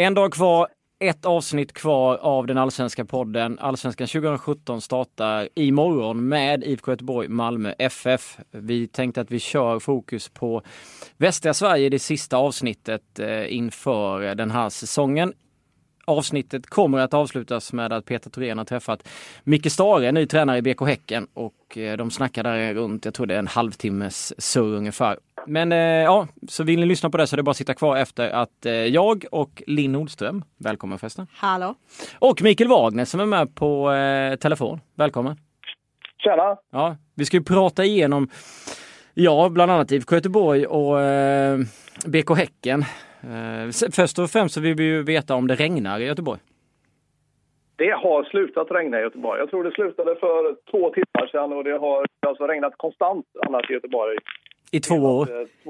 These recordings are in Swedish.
En dag kvar, ett avsnitt kvar av den allsvenska podden. Allsvenskan 2017 startar imorgon med IFK Göteborg, Malmö FF. Vi tänkte att vi kör fokus på västra Sverige i det sista avsnittet inför den här säsongen. Avsnittet kommer att avslutas med att Peter Thorén har träffat Micke Stare, ny tränare i BK Häcken, och de snackar där runt, jag tror det är en halvtimmes surr ungefär. Men ja, så vill ni lyssna på det så är det bara att sitta kvar efter att jag och Linn Nordström, välkommen förresten. Hallå. Och Mikael Wagner som är med på telefon, välkommen. Tjena. Ja, vi ska ju prata igenom bland annat IFK Göteborg och BK Häcken. Först och främst så vill vi ju veta om det regnar i Göteborg. Det har slutat regna i Göteborg. Jag tror det slutade för 2 timmar sedan och det har alltså regnat konstant annars i Göteborg. I 2 år?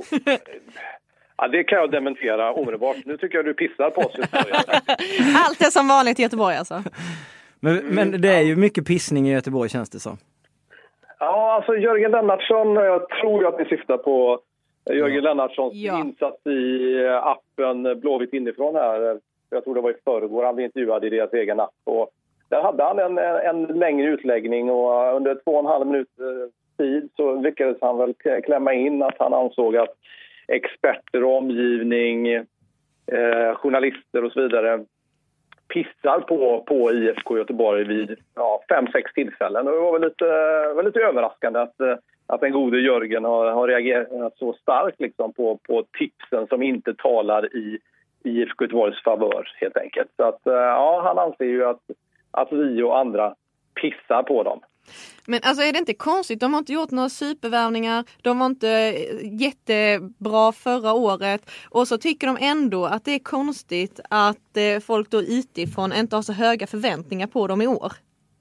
Ja, det kan jag dementera omedelbart. Nu tycker jag du pissar på oss. Allt är som vanligt i Göteborg alltså. Men det är ju mycket pissning i Göteborg känns det som. Ja, alltså Jörgen Lennartsson, jag tror att ni syftar på Jörgen Lennartssons insats i appen Blåvitt inifrån här. Jag tror det var i förrgår han blev intervjuad i deras egen app. Och där hade han en längre utläggning och under 2,5 minuter tid så lyckades han väl klämma in att han ansåg att experter och omgivning, journalister och så vidare pissar på IFK Göteborg vid 5-6 tillfällen. Och det var lite överraskande att den gode Jörgen har reagerat så starkt liksom på tipsen som inte talar i IFK Göteborgs favör helt enkelt. Så att han anser ju att vi och andra pissar på dem. Men alltså är det inte konstigt? De har inte gjort några supervärvningar. De var inte jättebra förra året. Och så tycker de ändå att det är konstigt att folk då utifrån inte har så höga förväntningar på dem i år.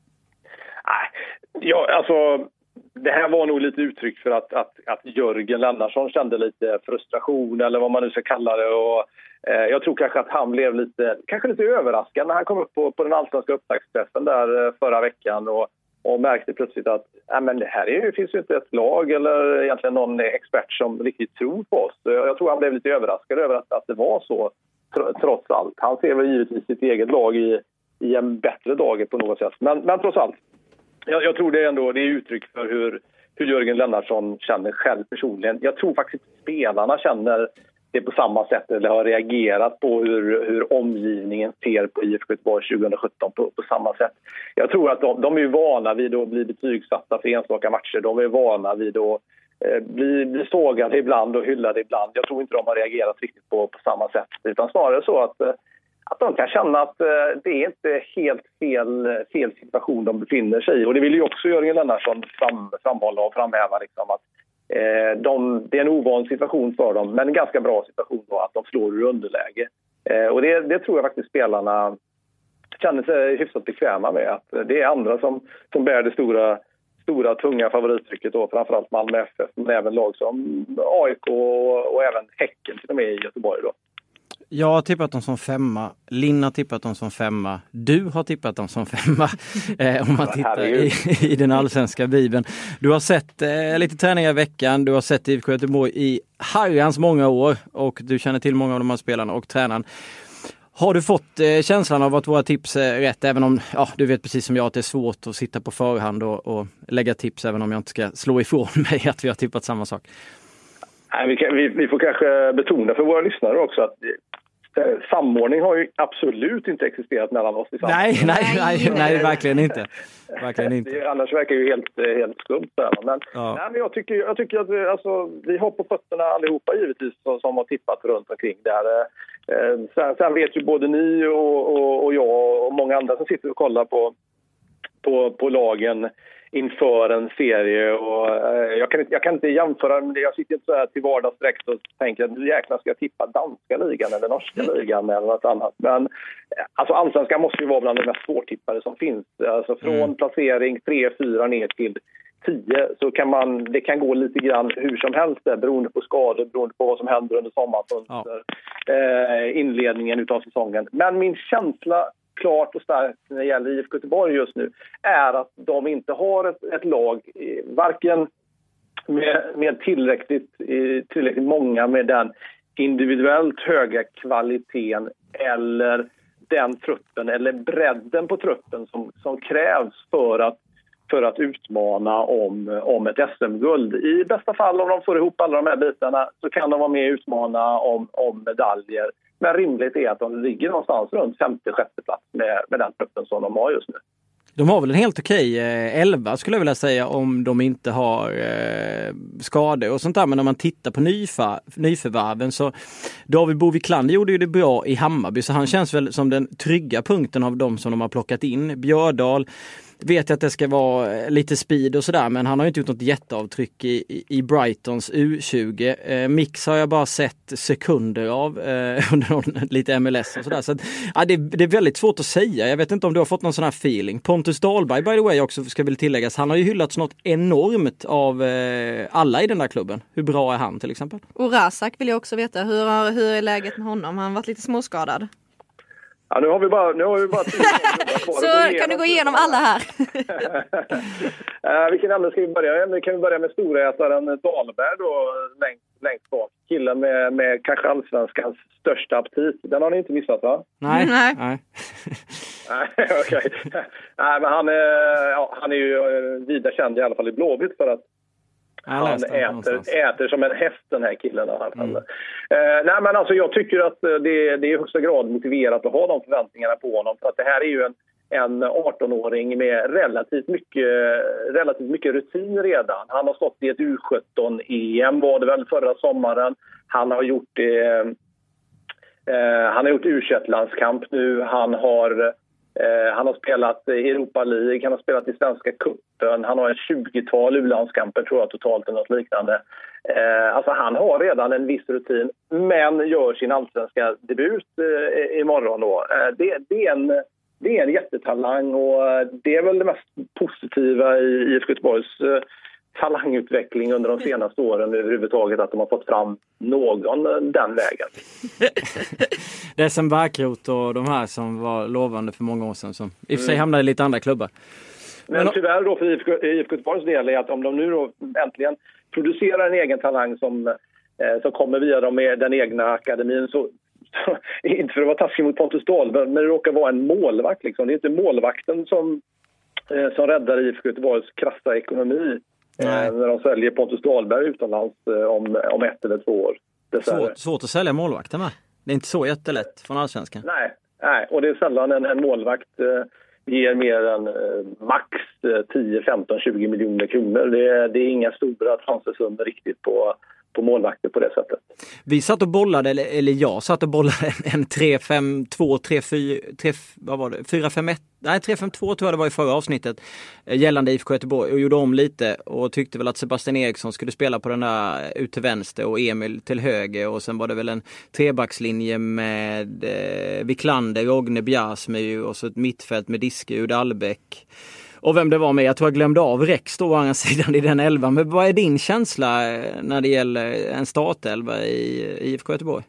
Nej, alltså det här var nog lite uttryck för att Jörgen Lennartsson kände lite frustration eller vad man nu ska kalla det. Och jag tror kanske att han blev lite överraskad när han kom upp på den allsvenska upptaktsträffen där förra veckan och märkte plötsligt att men det här finns ju inte ett lag eller egentligen någon expert som riktigt tror på oss. Jag tror han blev lite överraskad över att det var så trots allt. Han ser väl givetvis sitt eget lag i en bättre dag på något sätt. Men trots allt, jag tror det är uttryck för hur Jörgen Lennartsson känner själv personligen. Jag tror faktiskt att spelarna känner det på samma sätt eller har reagerat på hur omgivningen ser på IFK Göteborg 2017 på samma sätt. Jag tror att de är vana vid att bli betygsatta för enstaka matcher. De är vana vid att bli sågade ibland och hyllade ibland. Jag tror inte de har reagerat riktigt på samma sätt. Utan snarare så att de kan känna att det är inte helt fel situation de befinner sig i. Och det vill ju också Jörgen Lennartsson framhålla och framhäva liksom att det är en ovan situation för dem, men en ganska bra situation då, att de slår ur underläge. Och det tror jag faktiskt spelarna känner sig hyfsat bekväma med. Att det är andra som bär det stora tunga favorittrycket då, framförallt Malmö FF, men även lag som AIK och även Häcken till och med i Göteborg då. Jag har tippat dem som 5. Linn har tippat dem som 5. Du har tippat dem som 5. Om man tittar i den allsvenska bibeln. Du har sett lite träningar i veckan. Du har sett IFK Göteborg i herrans många år. Och du känner till många av de här spelarna och tränaren. Har du fått känslan av att våra tips är rätt? Även om du vet precis som jag att det är svårt att sitta på förhand och lägga tips. Även om jag inte ska slå ifrån mig att vi har tippat samma sak. Nej, vi får kanske betona för våra lyssnare också att samordning har ju absolut inte existerat mellan oss. Nej, verkligen inte. Verkligen inte. Annars verkar ju helt skumt. Men jag tycker att alltså, vi har på fötterna allihopa givetvis som har tippat runt omkring där. Sen vet ju både ni och jag och många andra som sitter och kollar på lagen inför en serie och jag kan inte jämföra med det. Jag sitter inte så här till vardags direkt och tänker att nu jäklar ska jag tippa danska ligan eller norska ligan eller något annat. Men alltså allsvenskan måste ju vara bland de mest svårtippade som finns. Alltså från placering 3-4 ner till 10 så det kan gå lite grann hur som helst där, beroende på skador, beroende på vad som händer under sommaren inledningen utav säsongen. Men min känsla klart och starkt när det gäller IFK Göteborg just nu är att de inte har ett lag varken med tillräckligt många med den individuellt höga kvaliteten eller den truppen eller bredden på truppen som krävs för att utmana om ett SM-guld. I bästa fall, om de får ihop alla de här bitarna, så kan de vara med och utmana om medaljer. Men rimligt är att de ligger någonstans runt 5-6 plats med den truppen som de har just nu. De har väl en helt okej 11 skulle jag vilja säga, om de inte har skador och sånt där. Men när man tittar på nyförvärven, så David Bo Wiklander gjorde ju det bra i Hammarby, så han känns väl som den trygga punkten av dem som de har plockat in. Björdal vet jag att det ska vara lite speed och sådär, men han har ju inte gjort något jätteavtryck i Brightons U20. Mix har jag bara sett sekunder av under lite MLS och sådär. Så att, ja, det är väldigt svårt att säga. Jag vet inte om du har fått någon sån här feeling. Pontus Dahlberg, by the way, också ska väl tilläggas. Han har ju hyllats något enormt av alla i den där klubben. Hur bra är han till exempel? Och Razak vill jag också veta. Hur är läget med honom? Han har varit lite småskadad. Ja, nu har vi bara så kan du gå igenom alla här. Vilken ämne ska vi börja med? Kan vi börja med storätaren Dahlberg då, längst bak. Killen med kanske allsvenskans största aptit. Den har ni inte missat, va? Nej. Nej, okej. Nej, men han är ju vida känd i alla fall i Blåvitt för att han äter som en häst, den här killen. Nej, men alltså jag tycker att det är i högsta grad motiverat att ha de förväntningarna på honom. För att det här är ju en 18-åring med relativt mycket rutin redan. Han har stått i ett U17-EM var det väl förra sommaren. Han har gjort U21-landskamp nu. Han har spelat i Europa League, han har spelat i Svenska cupen, han har 20-tal U-landskamper tror jag totalt eller något liknande. Alltså han har redan en viss rutin, men gör sin allsvenska debut imorgon då. Det är en jättetalang, och det är väl det mest positiva i IFK Göteborgs talangutveckling under de senaste åren överhuvudtaget, att de har fått fram någon den vägen. Det är som Bärkrot och de här som var lovande för många år sedan, som i och för sig hamnade i lite andra klubbar. Men tyvärr då för IFK Göteborgs del är att om de nu då äntligen producerar en egen talang som kommer via dem med den egna akademin, så inte för att vara taskig mot Pontus Dahlberg, men det råkar vara en målvakt liksom. Det är inte målvakten som räddar IFK Göteborgs krassa ekonomi. När de säljer Pontus Dahlberg utomlands om 1 eller 2 år. Svårt att sälja målvakter med. Det är inte så jättelätt från allsvenskan. Nej, och det är sällan en målvakt ger mer än max 10, 15, 20 miljoner kronor. Det är inga stora transfersummor riktigt på målvakter på det sättet. Vi satt och bollade, eller jag satt och bollade en 3-5-2, 3-4, vad var det? 4-5-1, nej 3-5-2 tror jag det var i förra avsnittet, gällande IFK Göteborg, och gjorde om lite och tyckte väl att Sebastian Eriksson skulle spela på den där ut till vänster och Emil till höger, och sen var det väl en trebackslinje med Wiklander, Rogne Bjärsmyr och så ett mittfält med Diskerud, Albeck. Och vem det var med, jag tror jag glömde av Rex då å andra sidan i den 11. Men vad är din känsla när det gäller en startelva i IFK Göteborg?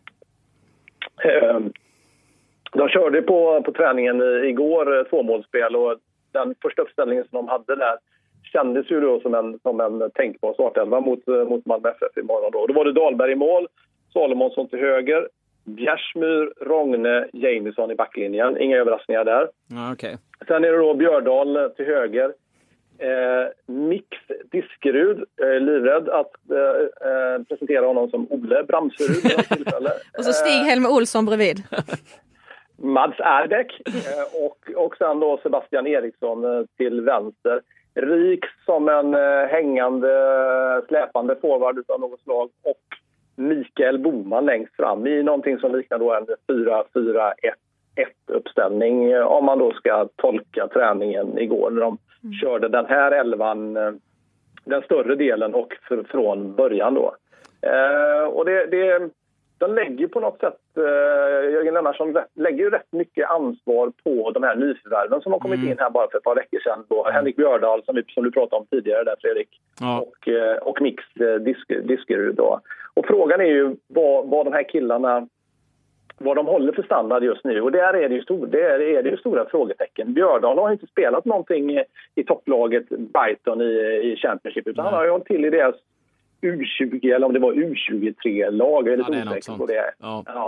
De körde på träningen igår 2-målsspel, och den första uppställningen som de hade där kändes ju då som en tänkbar startelva mot Malmö FF imorgon då. Då var det Dahlberg i mål, Salomonsson till höger, Bjärsmyr, Rogne, Jamesson i backlinjen. Inga överraskningar där. Okay. Sen är det då Björdal till höger. Mix Diskerud, livrädd att presentera honom som Ole Bramserud. Och så Stig-Helmer Olsson bredvid. Mads Erbeck och sen då Sebastian Eriksson till vänster. Rik som en hängande, släpande forward av något slag, och Mikael Boman längst fram i någonting som liknar då en 4-4-1 uppställning, om man då ska tolka träningen igår när de körde den här 11:an, den större delen och från början då. Och de lägger på något sätt, Jörgen Lennartsson lägger ju rätt mycket ansvar på de här nyförvärven som har kommit in här bara för ett par veckor sedan då. Henrik Björdal som du pratade om tidigare där, Fredrik, och Mix Diskerud då. Och frågan är ju vad de här killarna, vad de håller för standard just nu, och där är det ju stora frågetecken. Björdal har inte spelat någonting i topplaget Brighton i Championship, utan han har ju hållit till i deras U20 eller om det var U23-lag, eller lite osäker på det. Ja.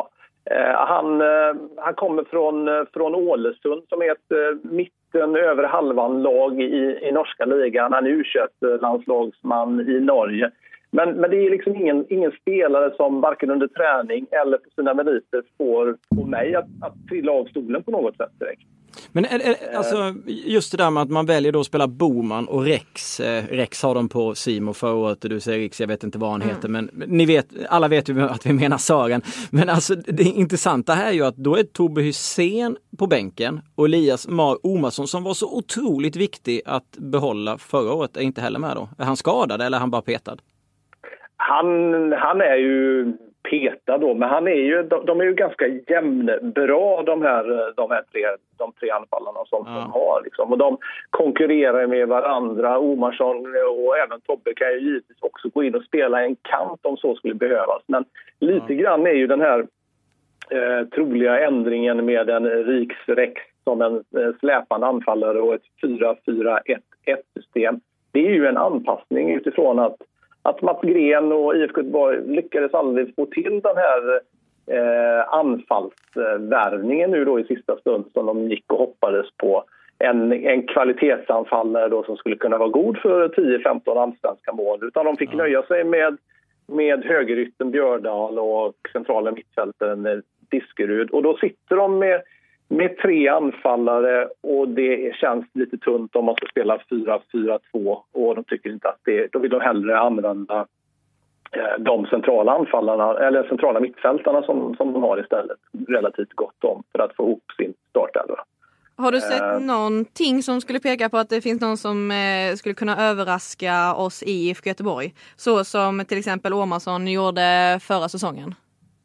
Han kommer från Ålesund som är ett mitten över halvan lag i norska ligan. Han är U21-landslagsman i Norge. Men det är liksom ingen spelare som varken under träning eller på sina meriter får mig att trilla av stolen på något sätt direkt. Men alltså, just det där med att man väljer då att spela Boman och Rex. Rex har de på Simo förra året, du säger Rex, jag vet inte vad han heter, men alla vet ju att vi menar Sören. Men alltså det intressanta här är ju att då är Tobbe Hysén på bänken och Elias Mar Omarsson som var så otroligt viktig att behålla förra året är inte heller med då. Är han skadad eller är han bara petad? Han är ju petad då, men de är ju ganska jämnbra de tre anfallarna som de har liksom. Och de konkurrerar med varandra. Omarsson och även Tobbe kan ju givetvis också gå in och spela en kant om så skulle behövas. Men lite grann är ju den här troliga ändringen med en Riksrex som en släpande anfallare och ett 4-4-1-1-system. Det är ju en anpassning utifrån att Mats Gren och IFK Göteborg lyckades aldrig få till den här anfallsvärvningen nu då i sista stund som de gick och hoppades på. En kvalitetsanfallare då som skulle kunna vara god för 10-15 allsvenska mål. Utan de fick nöja sig med högerytten Björdal och centrala mittfältaren Diskerud. Och då sitter de med tre anfallare och det känns lite tunt om man ska spela 4-4-2 och de tycker inte att då vill de hellre använda de centrala anfallarna eller centrala mittfältarna som de har istället relativt gott om för att få ihop sin startelva. Har du sett någonting som skulle peka på att det finns någon som skulle kunna överraska oss i IFK Göteborg? Så som till exempel Omarsson gjorde förra säsongen.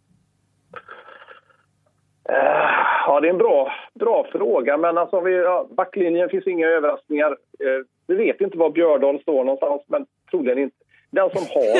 Ja, det är en bra fråga, men alltså backlinjen finns inga överraskningar. Vi vet inte var Björdal står någonstans, men troligen inte. Den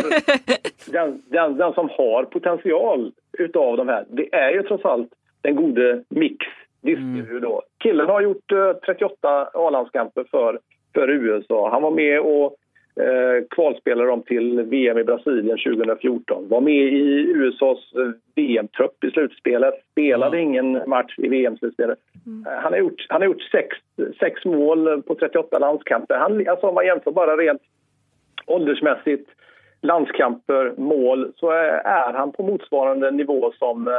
som har potential utav de här, det är ju trots allt den gode Mix Diskerud då. Killen har gjort 38 A-landskamper för USA. Han var med och kvalspelade dem till VM i Brasilien 2014. Var med i USAs VM-trupp i slutspelet. Spelade ingen match i VM-slutspelet. Han har gjort sex mål på 38 landskamper. Alltså om man jämför bara rent åldersmässigt landskamper, mål, så är han på motsvarande nivå som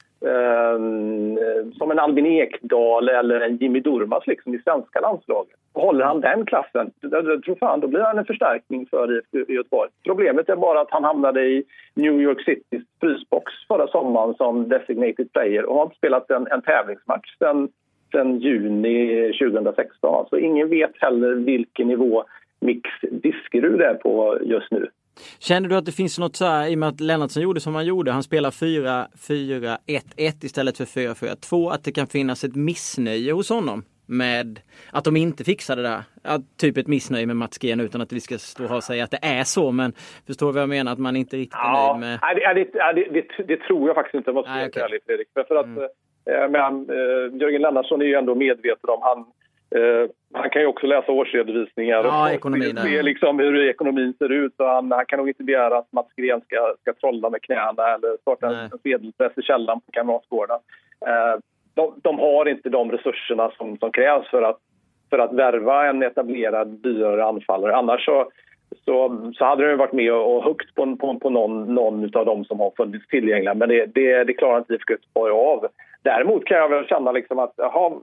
en Albin Ekdal eller en Jimmy Durmaz liksom i svenska landslaget. Håller han den klassen, jag tror fan, då blir han en förstärkning för IFK Göteborg. Problemet är bara att han hamnade i New York Citys frysbox förra sommaren som designated player och har inte spelat en tävlingsmatch sedan juni 2016. Alltså ingen vet heller vilken nivå Mix Diskerud är på just nu. Känner du att det finns något så här, i och med att Lennartsson gjorde som han gjorde, han spelar 4-4-1-1 istället för 4-4-2, att det kan finnas ett missnöje hos honom med att de inte fixade det där? Typ ett missnöje med Mats Gren, utan att vi ska stå och säga att det är så, men förstår du vad jag menar? Att man inte riktigt är nöjd med... Det tror jag faktiskt inte, måste jag säga ärligt, Fredrik. För att Jörgen Lennartsson är ju ändå medveten om han kan ju också läsa årsredovisningar och se liksom hur ekonomin ser ut. Så han kan nog inte begära att Mats Gren ska trolla med knäna eller starta en sedelpress i källan på Kamratgården. De har inte de resurserna som krävs för att värva en etablerad dyrare anfallare. Annars så hade de varit med och högt på någon av dem som har funnits tillgängliga. Men det klarar inte IFK Göteborg av. Däremot kan jag väl känna liksom att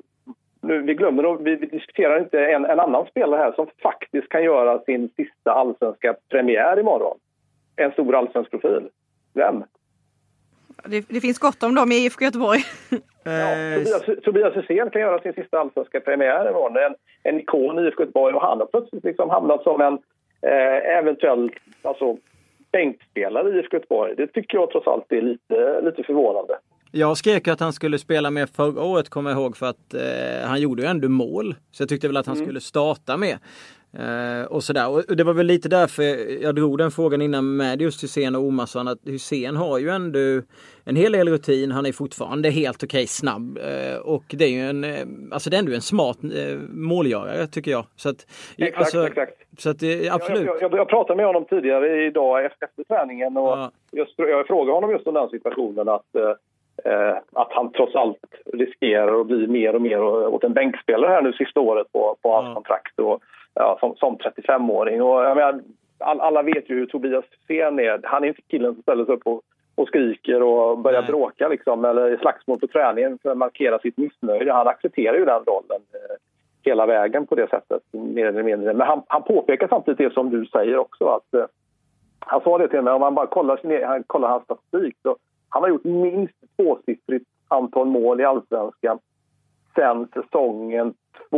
vi diskuterar inte en annan spelare här som faktiskt kan göra sin sista allsvenska premiär imorgon. En stor allsvensk profil. Vem? Det finns gott om dem i IFK Göteborg. Tobias Hysén kan göra sin sista allsvenska premiär imorgon. En ikon i IFK Göteborg, och han har plötsligt liksom hamnat som en eventuell bänkspelare i IFK Göteborg. Det tycker jag trots allt är lite förvånande. Jag skrek att han skulle spela med förra året, kommer jag ihåg, för att han gjorde ju ändå mål. Så jag tyckte väl att han skulle starta med. Och sådär. Och det var väl lite därför jag drog den frågan innan med just Hysén och Omarsson, att Hysén har ju ändå en hel del rutin. Han är fortfarande helt okej snabb. Och det är ju det är ändå en smart målgörare, tycker jag. Så att, exakt. Så att absolut. Jag pratade med honom tidigare idag efter träningen och jag frågade honom just om den situationen att att han trots allt riskerar att bli mer och mer åt en bänkspelare här nu sista året på hans kontrakt och, som 35-åring. Och jag menar, alla vet ju hur Tobias Hysén är. Han är inte killen som ställer sig upp och skriker och börjar bråka liksom, eller i slagsmål på träningen för att markera sitt missnöje. Han accepterar ju den rollen hela vägen på det sättet, mer eller mindre. Men han påpekar samtidigt det som du säger också, att han sa det till mig, om man bara kollar hans statistik, så han har gjort minst 2-siffrigt antal mål i Allsvenskan sedan säsongen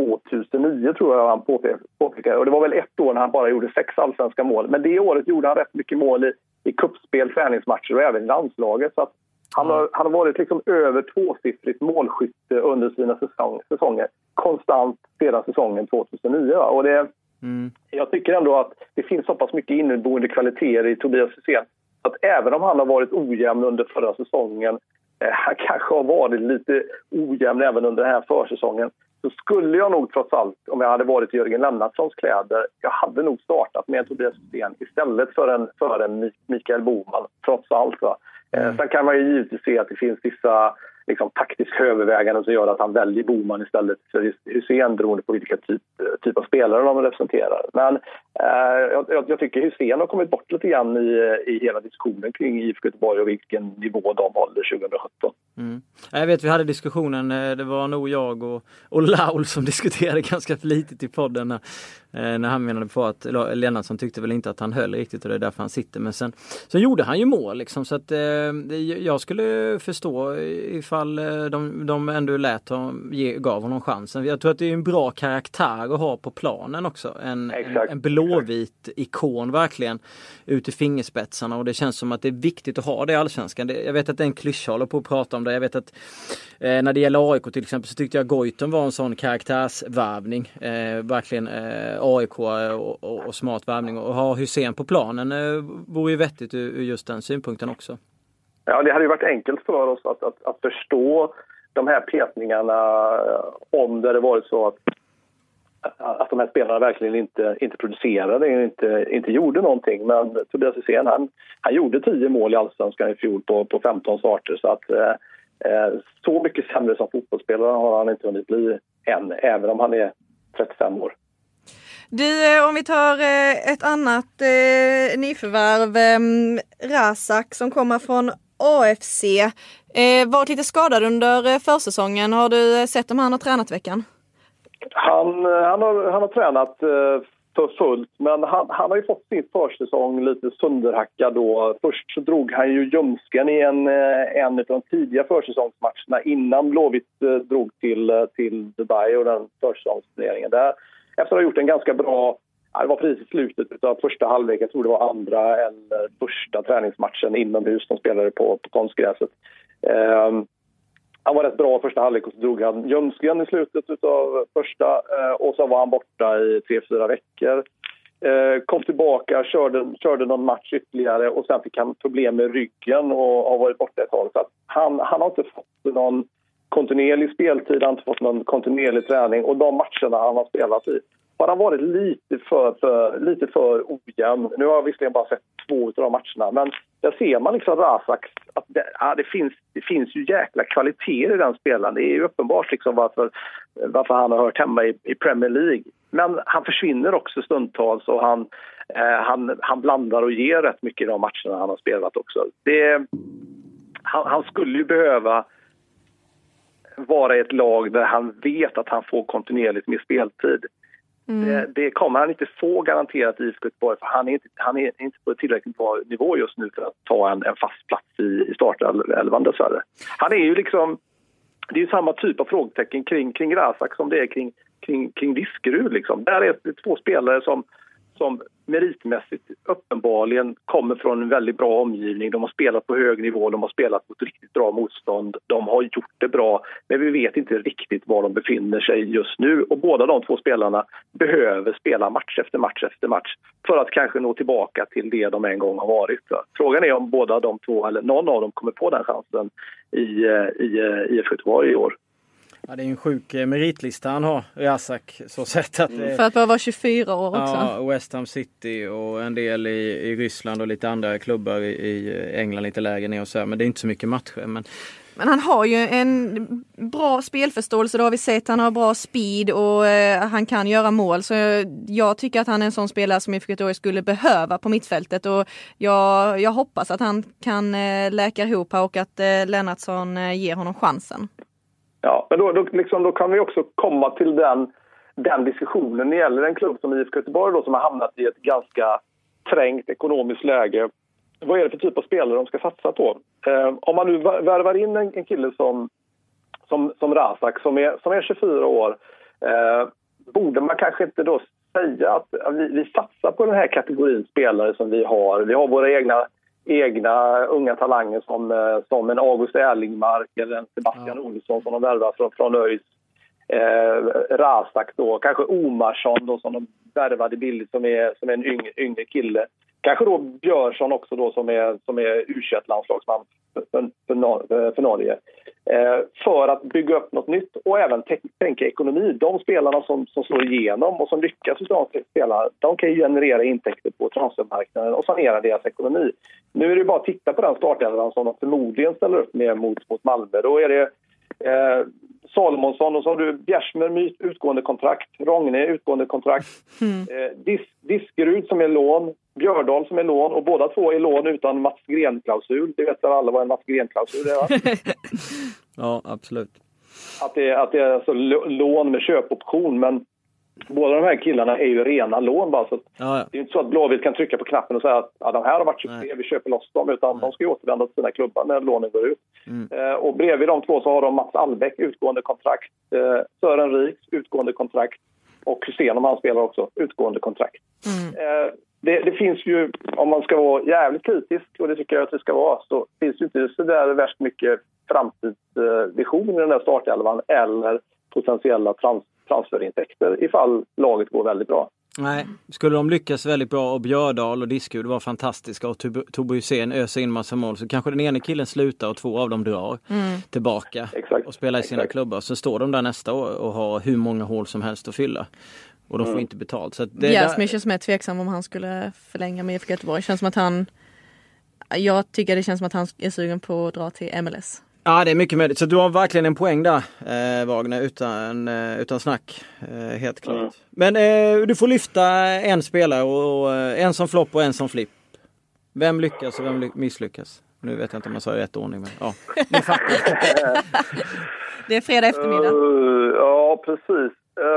2009 tror jag han påpekar. Och det var väl ett år när han bara gjorde 6 allsvenska mål. Men det året gjorde han rätt mycket mål i cupspel, träningsmatcher och även i landslaget. Så att han har varit liksom över 2-siffrigt målskytte under sina säsonger. Konstant sedan säsongen 2009. Och jag tycker ändå att det finns så pass mycket inneboende kvaliteter i Tobias Hysén. Att även om han har varit ojämn under förra säsongen, han kanske har varit lite ojämn även under den här försäsongen, så skulle jag nog trots allt, om jag hade varit i Jörgen Lennartssons kläder, jag hade nog startat med Tobias Hysén istället för en Mikael Boman, trots allt. Va? Sen kan man ju givetvis se att det finns vissa liksom, taktiska överväganden som gör att han väljer Boman istället för Hysén beroende på vilka typ av spelare de representerar. Men jag tycker Hysén har kommit bort lite grann i hela diskussionen kring IFK Göteborg och vilken nivå de håller 2017. Jag vet, vi hade diskussionen, det var nog jag och Laul som diskuterade ganska flitigt i podden när han menade på att Lennartsson tyckte väl inte att han höll riktigt och det är därför han sitter. Men sen gjorde han ju mål liksom, så att jag skulle förstå ifall de ändå gav honom chansen. Jag tror att det är en bra karaktär att ha på planen också. En blåvit ikon verkligen ut i fingerspetsarna, och det känns som att det är viktigt att ha det i Allsvenskan. Jag vet att det är en klyscha håller på att prata om det. Jag vet att när det gäller AIK till exempel så tyckte jag Goitom var en sån karaktärsvärvning. Verkligen AIK och smart värvning. Och ha Hysén på planen vore ju vettigt ur just den synpunkten också. Ja, det hade ju varit enkelt för oss att förstå de här petningarna om det varit så att de här spelarna verkligen inte producerade, inte gjorde någonting. Men Tobias Hysén, han gjorde 10 mål i Allsvenskan i fjol på 15 starter. Så att så mycket sämre som fotbollsspelare har han inte hunnit bli än, även om han är 35 år. Du, om vi tar ett annat nyförvärv, Razak som kommer från AFC. Varit lite skadad under försäsongen. Har du sett om han har tränat veckan? Han har tränat för fullt, men han har ju fått sin försäsong lite sönderhackad då. Först så drog han ju ljumsken i en av de tidiga försäsongsmatcherna innan Blåvitt drog till Dubai och den försäsongsturneringen där. Efter att ha gjort en ganska bra, det var precis i slutet av första halvlek, jag tror det var andra eller första träningsmatchen inomhus de spelade på konstgräset. Han var rätt bra första halvlek och så drog han ljumsken i slutet av första och så var han borta i 3-4 veckor. Kom tillbaka, körde någon match ytterligare och sen fick han problem med ryggen och har varit borta ett tag. Så att han har inte fått någon kontinuerlig speltid, han har inte fått någon kontinuerlig träning, och de matcherna han har spelat i har han varit lite för ojämn. Nu har jag visserligen bara sett 2 av de matcherna, men där ser man liksom Razak att det finns ju jäkla kvaliteter i den spelaren. Det är ju uppenbart liksom varför han har hört hemma i Premier League. Men han försvinner också stundtals och han blandar och ger rätt mycket i de matcherna han har spelat också. Han skulle ju behöva vara ett lag där han vet att han får kontinuerligt med speltid. Det kommer han inte få garanterat i IFK Göteborg, för han är inte på tillräckligt bra nivå just nu för att ta en fast plats i startelvan dessvärre. Han är ju liksom, det är ju samma typ av frågetecken kring Razak som det är kring Diskerud liksom. Där är det 2 spelare som meritmässigt uppenbarligen kommer från en väldigt bra omgivning. De har spelat på hög nivå, de har spelat mot riktigt bra motstånd. De har gjort det bra, men vi vet inte riktigt var de befinner sig just nu. Och båda de 2 spelarna behöver spela match efter match för att kanske nå tillbaka till det de en gång har varit. Frågan är om båda de 2 eller någon av dem kommer på den chansen i IFK Göteborg i år. Ja, det är en sjuk meritlista han har, Razak, så sett att för att bara vara 24 år också. Ja, West Ham City och en del i Ryssland och lite andra klubbar i England lite lägre ner och så här, men det är inte så mycket matcher. Men Men han har ju en bra spelförståelse, det har vi sett. Han har bra speed och han kan göra mål. Så jag tycker att han är en sån spelare som IFK Göteborg skulle behöva på mittfältet. Och jag hoppas att han kan läka ihop och att Lennartsson ger honom chansen. Ja, men då kan vi också komma till den diskussionen när det gäller en klubb som IFK Göteborg då, som har hamnat i ett ganska trängt ekonomiskt läge. Vad är det för typ av spelare de ska satsa på? Om man nu värvar in en kille som Razak som är 24 år, borde man kanske inte då säga att vi satsar på den här kategorin spelare som vi har. Vi har våra egna unga talanger som en August Erlingmark eller en Sebastian Olsson som de värvar från ÖIS. Razak då, kanske Omarsson då, som de värvade billigt som är en yngre kille. Kanske då Björnsson också då som är U21-landslagsman för Norge. För att bygga upp något nytt och även tänka ekonomi. De spelarna som slår igenom och som lyckas spela, de kan ju generera intäkter på transfermarknaden och sanera deras ekonomi. Nu är det bara att titta på den startelvan som de förmodligen ställer upp med mot Malmö. Då är det Salomonsson och så har du Bjärsmer utgående kontrakt, Rogne utgående kontrakt, Diskerud som är lån, Björdal som är lån och båda två är lån utan Mats Gren-klausul. Det vet väl alla vad en Mats Gren-klausul är, va? Ja, absolut. Att det är alltså lån med köpoption, men båda de här killarna är ju rena lån bara, så det är inte så att Blåvitt kan trycka på knappen och säga att de här har varit 23, vi köper loss dem, utan de ska ju återvända till sina klubbar när lånen går ut. Och bredvid de två så har de Mats Albeck utgående kontrakt, Sören Riks utgående kontrakt och Hussein, om han spelar också, utgående kontrakt. Det finns ju, om man ska vara jävligt kritisk, och det tycker jag att det ska vara, så finns det inte så där värst mycket framtidsvision i den där startelvan eller potentiella transferintäkter ifall laget går väldigt bra. Nej, skulle de lyckas väldigt bra och Björdal och Diskud var fantastiska och Tobbe Hysén öser in massa mål, så kanske den ena killen slutar och två av dem drar tillbaka. Exakt. Och spelar i sina klubbar. Så står de där nästa år och har hur många hål som helst att fylla. Och de får inte betalt. Så det känns som är tveksam om han skulle förlänga med IFK Göteborg. Känns som att jag tycker det känns som att han är sugen på att dra till MLS. Ja, det är mycket möjligt. Så du har verkligen en poäng där, Wagner, utan snack. Helt klart. Men du får lyfta en spelare, och en som flopp och en som flipp. Vem lyckas och vem misslyckas? Nu vet jag inte om jag sa i rätt ordning, men ja. Det är fredag eftermiddag. Ja, precis.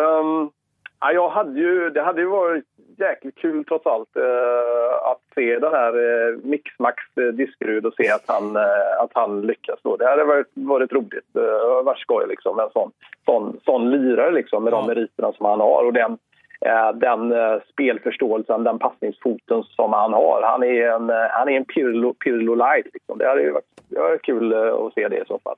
Det hade ju varit jäkligt kul trots allt att se den här Mixmax Diskerud och se att han lyckas då. Det hade varit roligt. Vart skoj liksom, en sån lirare liksom, med de meriterna som han har och den spelförståelsen, den passningsfoten som han har. Han är en Pirlo light liksom. Det hade varit kul att se det i så fall.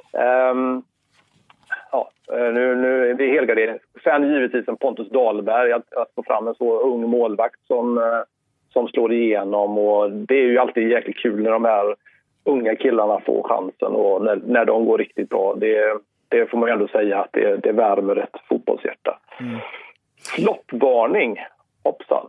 Nu är det helgardering. Sen givetvis en Pontus Dahlberg att få fram en så ung målvakt som slår igenom, och det är ju alltid jäkligt kul när de här unga killarna får chansen och när de går riktigt bra. Det får man ju ändå säga att det värmer ett fotbollshjärta. Floppvarning, hoppsan.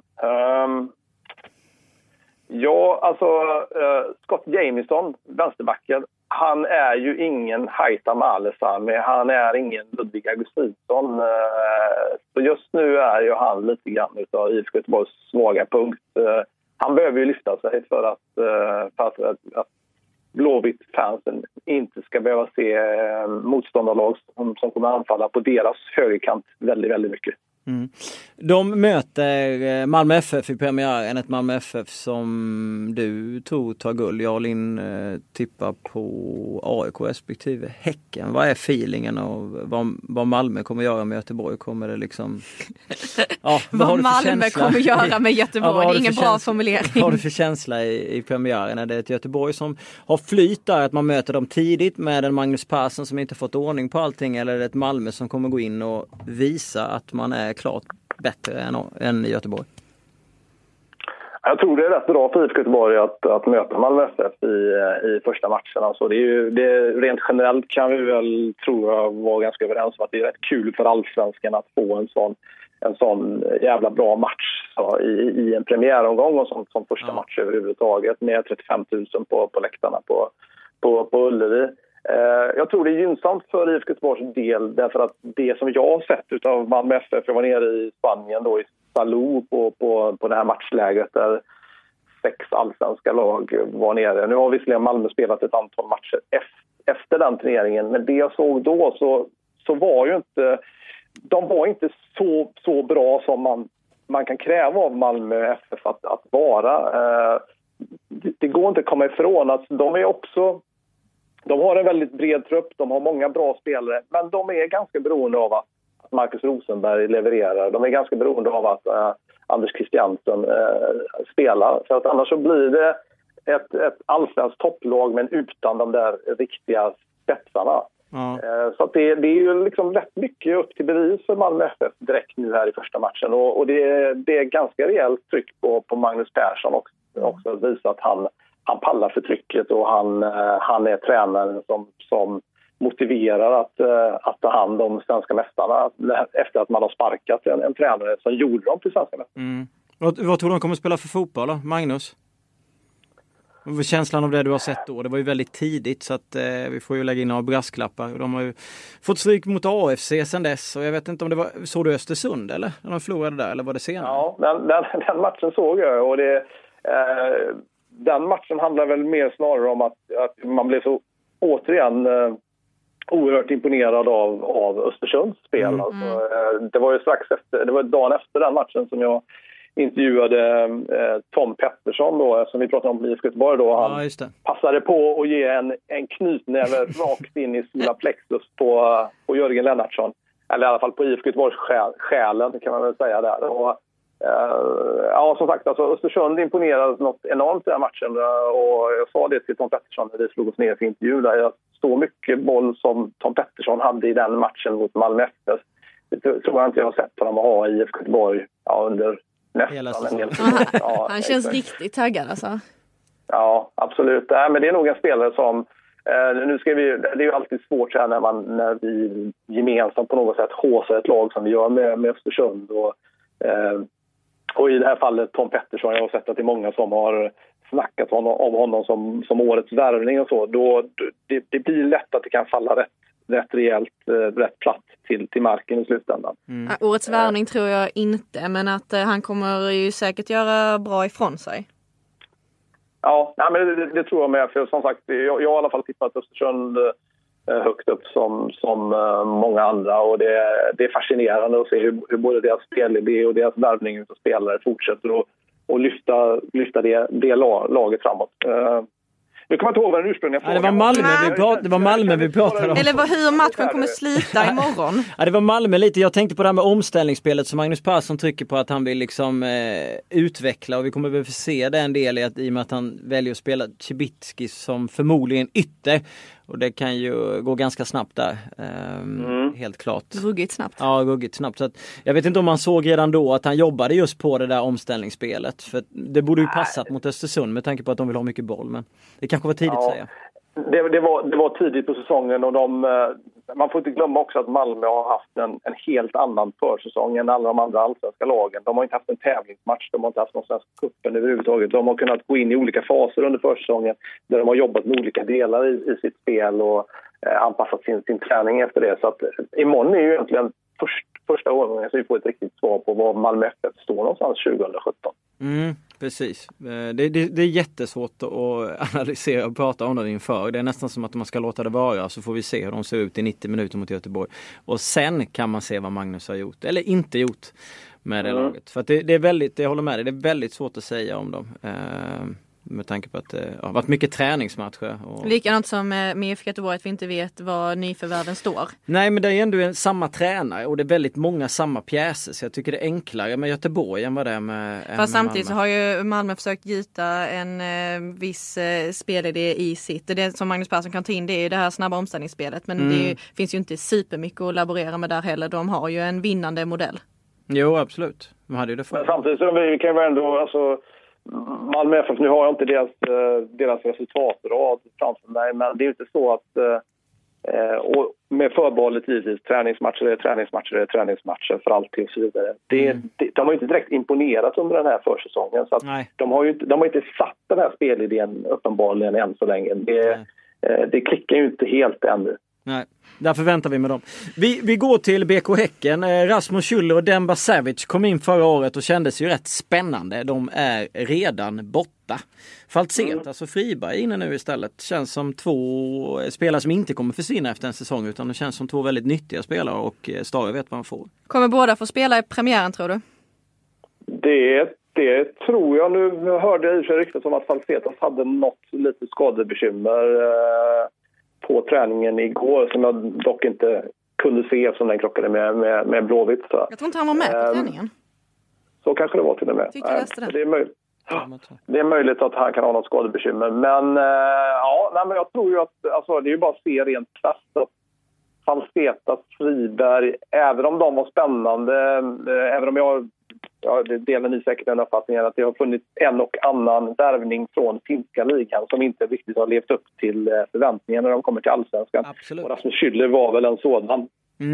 Scott Jamieson, vänsterbacken, han är ju ingen Haitham Al-Esami, han är ingen Ludvig Augustinsson. Så just nu är ju han lite grann utav IFK Göteborgs svaga punkt. Han behöver ju lyfta sig för att Blåvitt-fansen inte ska behöva se motståndarlag som kommer anfalla på deras högerkant väldigt, väldigt mycket. De möter Malmö FF i premiären, ett Malmö FF som du tror tar guld. Jag och Linn tippar på AIK respektive Häcken. Vad är feelingen och vad Malmö kommer göra med Göteborg? Kommer det liksom... vad Malmö kommer göra med Göteborg, det är ingen bra formulering. Vad har du för känsla i premiären? Är det ett Göteborg som har flyt där, att man möter dem tidigt med en Magnus Persson som inte fått ordning på allting, eller är det ett Malmö som kommer gå in och visa att man är klart bättre än i Göteborg? Jag tror det är rätt bra för IFK Göteborg att möta Malmö FF i första matchen. Alltså rent generellt kan vi väl, tror jag, vara ganska överens om att det är rätt kul för allsvenskan att få en sån jävla bra match i en premiäromgång och som första match överhuvudtaget med 35 000 på läktarna på Ullevi. Jag tror det är gynnsamt för IFK Göteborgs del därför att det som jag har sett utav Malmö FF, jag var nere i Spanien då i Salou på det här matchläget där 6 allsvenska lag var nere. Nu har visserligen Malmö spelat ett antal matcher efter den turneringen, men det jag såg då så var ju inte, de var inte så bra som man kan kräva av Malmö FF att vara. Det går inte att komma ifrån att de har en väldigt bred trupp, de har många bra spelare, men de är ganska beroende av att Marcus Rosenberg levererar. De är ganska beroende av att Anders Christiansen spelar. För att annars så blir det ett allsvenskt topplag men utan de där riktiga spetsarna. Ja. Så att det är ju liksom rätt mycket upp till bevis för Malmö FF direkt nu här i första matchen. Och det är ganska rejält tryck på Magnus Persson också att visa att han pallar för trycket och han är tränaren som motiverar att ta hand om svenska mästarna efter att man har sparkat en tränare som gjorde dem till svenska mästarna. Mm. Vad tror du de kommer att spela för fotboll då, Magnus? Vad var känslan av det du har sett då? Det var ju väldigt tidigt så att vi får ju lägga in några brasklappar. De har ju fått stryk mot AFC sedan dess och jag vet inte om det var, såg du Östersund eller? När de förlorade där eller var det senare? Ja, den matchen såg jag och den matchen handlar väl mer snarare om att man blev så återigen oerhört imponerad av Östersunds spel. Alltså, det var ju det var dagen efter den matchen som jag intervjuade Tom Pettersson då, som vi pratade om i IFK Göteborg då. Han passade på att ge en knytnäve rakt in i sina plexus på Jörgen Lennartsson. Eller i alla fall på IFK Göteborgs själen kan man väl säga där. Och, som sagt, alltså Östersund imponerade något enormt i den här matchen och jag sa det till Tom Pettersson när vi slog oss ner för intervju där. Så mycket boll som Tom Pettersson hade i den matchen mot Malmö FF. Det tror jag inte jag har sett på dem att ha i IFK Göteborg under nästan en hel Han känns riktigt taggad alltså. Ja, absolut. Men det är nog en spelare som det är ju alltid svårt så här när vi gemensamt på något sätt håsar ett lag som vi gör med Östersund och i det här fallet Tom Pettersson, jag har sett att det är många som har snackat om honom som årets värvning och så. Då, det blir lätt att det kan falla rätt rejält, rätt platt till marken i slutändan. Årets värvning tror jag inte, men att han kommer ju säkert göra bra ifrån sig. Ja, men det tror jag med. För som sagt, jag har i alla fall tippat Östersund högt upp som många andra och det är fascinerande att se hur både deras spelidé och deras värvning av spelare fortsätter att lyfta det laget framåt. Nu kan man ta över den ursprungliga frågan. Det var Malmö vi pratade om. Eller hur matchen kommer slita imorgon. Ja, det var Malmö lite. Jag tänkte på det här med omställningsspelet som Magnus Persson trycker på att han vill liksom utveckla och vi kommer behöva se den del i och med att han väljer att spela Cibicki som förmodligen ytter. Och det kan ju gå ganska snabbt där. Helt klart. Ruggigt snabbt. Ja, ruggigt snabbt. Så att, jag vet inte om man såg redan då att han jobbade just på det där omställningsspelet. För det borde ju passat mot Östersund med tanke på att de vill ha mycket boll. Men det kanske var tidigt att säga. Det var tidigt på säsongen och man får inte glömma också att Malmö har haft en helt annan försäsong än alla de andra allsvenska lagen. De har inte haft en tävlingsmatch, de har inte haft någon svensk kuppen överhuvudtaget. De har kunnat gå in i olika faser under försäsongen där de har jobbat med olika delar i sitt spel och anpassat sin träning efter det. Så att imorgon är ju egentligen första året så vi får ett riktigt svar på var Malmö FF står någonstans 2017. Precis. Det är jättesvårt att analysera och prata om det inför. Det är nästan som att man ska låta det vara så får vi se hur de ser ut i 90 minuter mot Göteborg. Och sen kan man se vad Magnus har gjort eller inte gjort med det laget. För att det är väldigt, jag håller med dig, det är väldigt svårt att säga om dem. Med tanke på att det har varit mycket träningsmatcher. Likadant som med IFK Göteborg att vi inte vet var nyförvärven står. Nej, men det är ändå samma tränare och det är väldigt många samma pjäser. Så jag tycker det är enklare med Göteborg än vad det är med fast samtidigt så har ju Malmö försökt gjuta en viss spelidé i sitt. Det som Magnus Persson kan ta in det är ju det här snabba omställningsspelet. Men det finns ju inte supermycket att laborera med där heller. De har ju en vinnande modell. Jo, absolut. De hade ju det för. Men samtidigt så vi kan ju ändå Malmö FF, nu har jag inte deras resultatrad framför mig, men det är ju inte så att och med förbehållet givetvis träningsmatcher för alltid och så vidare. De har ju inte direkt imponerat under den här försäsongen så att de har inte satt den här spelidén uppenbarligen än så länge. det klickar ju inte helt ännu. Nej, därför väntar vi med dem. Vi går till BK Häcken. Rasmus Schüller och Demba Savic kom in förra året och kändes ju rätt spännande. De är redan borta. Faltsetas och Friberg inne nu istället. Känns som två spelare som inte kommer försvinna efter en säsong, utan det känns som två väldigt nyttiga spelare och Stare vet vad man får. Kommer båda få spela i premiären, tror du? Det tror jag. Nu hörde jag i sig ryktet om att Falsetas hade något lite skadebekymmer på träningen igår, som jag dock inte kunde se eftersom den krockade med Blåvitt. Jag tror inte han var med på träningen. Så kanske det var till och med. Det är möjligt att han kan ha något skadebekymmer. Men men jag tror ju att alltså, det är ju bara att se rent klass. Falsetas, Friberg, även om de var spännande, även om det delar ni säkert den uppfattningen att det har funnits en och annan värvning från finska ligan som inte riktigt har levt upp till förväntningarna när de kommer till allsvenskan. Absolut. Och Rasmus Schüller var väl en sådan.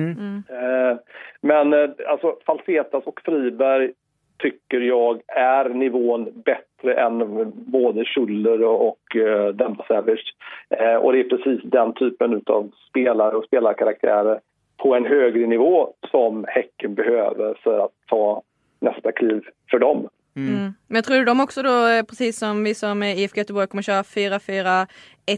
Men alltså Falsetas och Friberg tycker jag är nivån bättre än både Schüller och Demba Savic. Och det är precis den typen av spelare och spelarkaraktärer på en högre nivå som Häcken behöver för att ta nästa kliv för dem. Men tror du de också då, precis som vi som IFK Göteborg, kommer köra 4-4-1-1?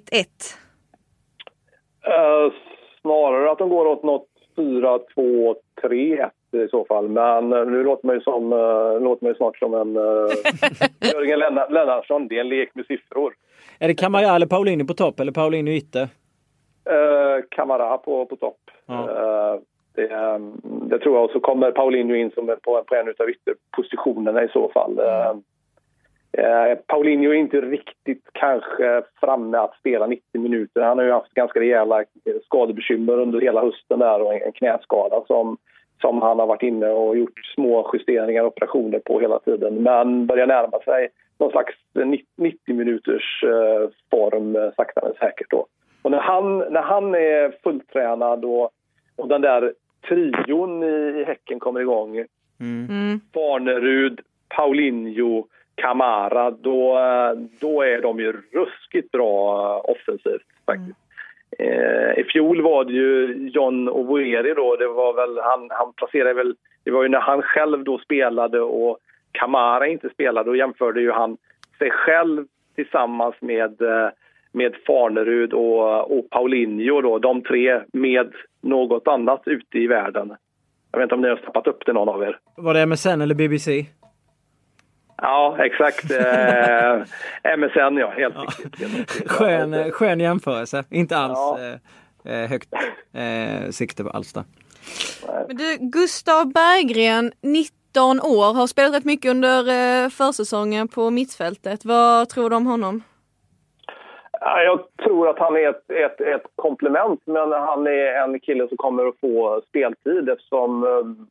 Snarare att de går åt något 4-2-3-1 i så fall. Men nu låter man ju snart som en Jörgen Lennartsson. Det är en lek med siffror. Är det Kamara eller Paulinho på topp eller Paulinho ytter? Kamara på topp. Ja. Det tror jag. Och så kommer Paulinho in som på en av ytterpositionerna i så fall. Paulinho är inte riktigt kanske framme att spela 90 minuter. Han har ju haft ganska rejäla skadebekymmer under hela hösten där och en knäskada som han har varit inne och gjort små justeringar och operationer på hela tiden. Men börjar närma sig någon slags 90 minuters form sakta men säkert då. Och när han är fulltränad och den där trion i Häcken kommer igång. Farnerud, Paulinho, Kamara, då är de ju ruskigt bra offensivt faktiskt. I fjol var det ju John Ovoeri då, det var väl han placerade väl, det var ju när han själv då spelade och Kamara inte spelade, och jämförde ju han sig själv tillsammans med Farnerud och Paulinho då, de tre med något annat ute i världen. Jag vet inte om ni har stappat upp det någon av er. Var det MSN eller BBC? Ja, exakt. MSN, ja, helt riktigt. Skön jämförelse. Inte alls högt sikte på Alsta. Men du, Gustav Berggren, 19 år, har spelat rätt mycket under försäsongen på mittfältet. Vad tror du om honom? Jag tror att han är ett komplement, men han är en kille som kommer att få speltid eftersom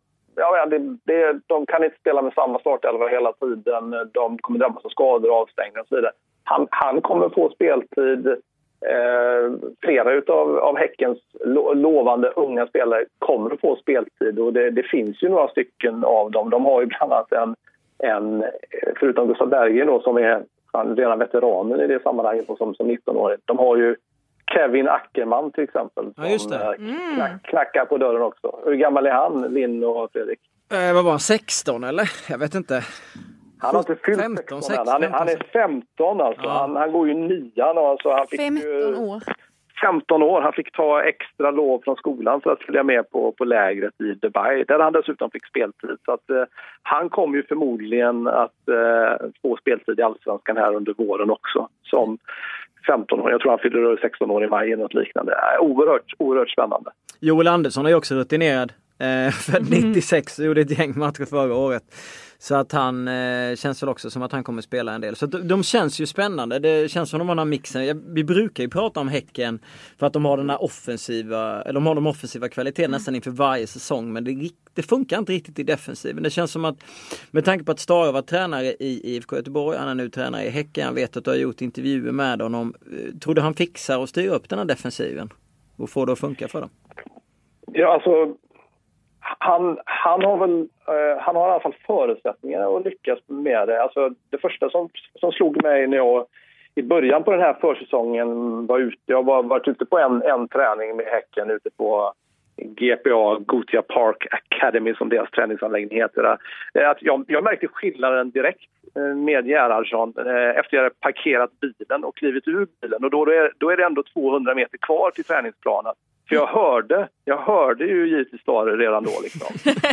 de kan inte spela med samma startelva hela tiden. De kommer drabbas av skador och avstängningar och så vidare. Han kommer få speltid. Flera av Häckens lovande unga spelare kommer att få speltid, och det finns ju några stycken av dem. De har ju bland annat en förutom Gustav Berggren då, som är redan veteranen i det sammanhanget som 19-årig. De har ju Kevin Ackerman till exempel som knackar på dörren också. Hur gammal är han, Linn och Fredrik? Vad var han, 16 eller? Jag vet inte. Han har inte fyllt 15, 16 än. Han är 15 alltså. Ja. Han går ju 9 alltså. Han fick 15 år. Han fick ta extra lov från skolan för att följa med på lägret i Dubai. Där han dessutom fick speltid. Så att han kommer ju förmodligen att få speltid i Allsvenskan här under våren också. Som 15 år. Jag tror han fyller 16 år i maj eller något liknande. Oerhört spännande. Joel Andersson är ju också rutinerad. För 96 gjorde ett gäng matcher förra året. Så att han känns väl också som att han kommer spela en del. Så de känns ju spännande. Det känns som de har den här mixen. Vi brukar ju prata om Häcken för att de har den här offensiva, eller de har de offensiva kvaliteterna nästan inför varje säsong. Men det funkar inte riktigt i defensiven. Det känns som att, med tanke på att Stare var tränare i IFK Göteborg, han är nu tränare i Häcken. Jag vet att du har gjort intervjuer med honom. Tror du han fixar och styr upp den här defensiven? Och får det att funka för dem? Ja, alltså han har i alla fall förutsättningar att lyckas med det. Alltså det första som slog mig när jag i början på den här försäsongen jag har varit ute på en träning med Häcken ute på GPA, Gothia Park Academy som deras träningsanläggning heter. Att jag märkte skillnaden direkt med Gerhardsson efter jag hade parkerat bilen och klivit ur bilen. Och då är det ändå 200 meter kvar till träningsplanen. För jag hörde ju givetvis Stare redan då liksom.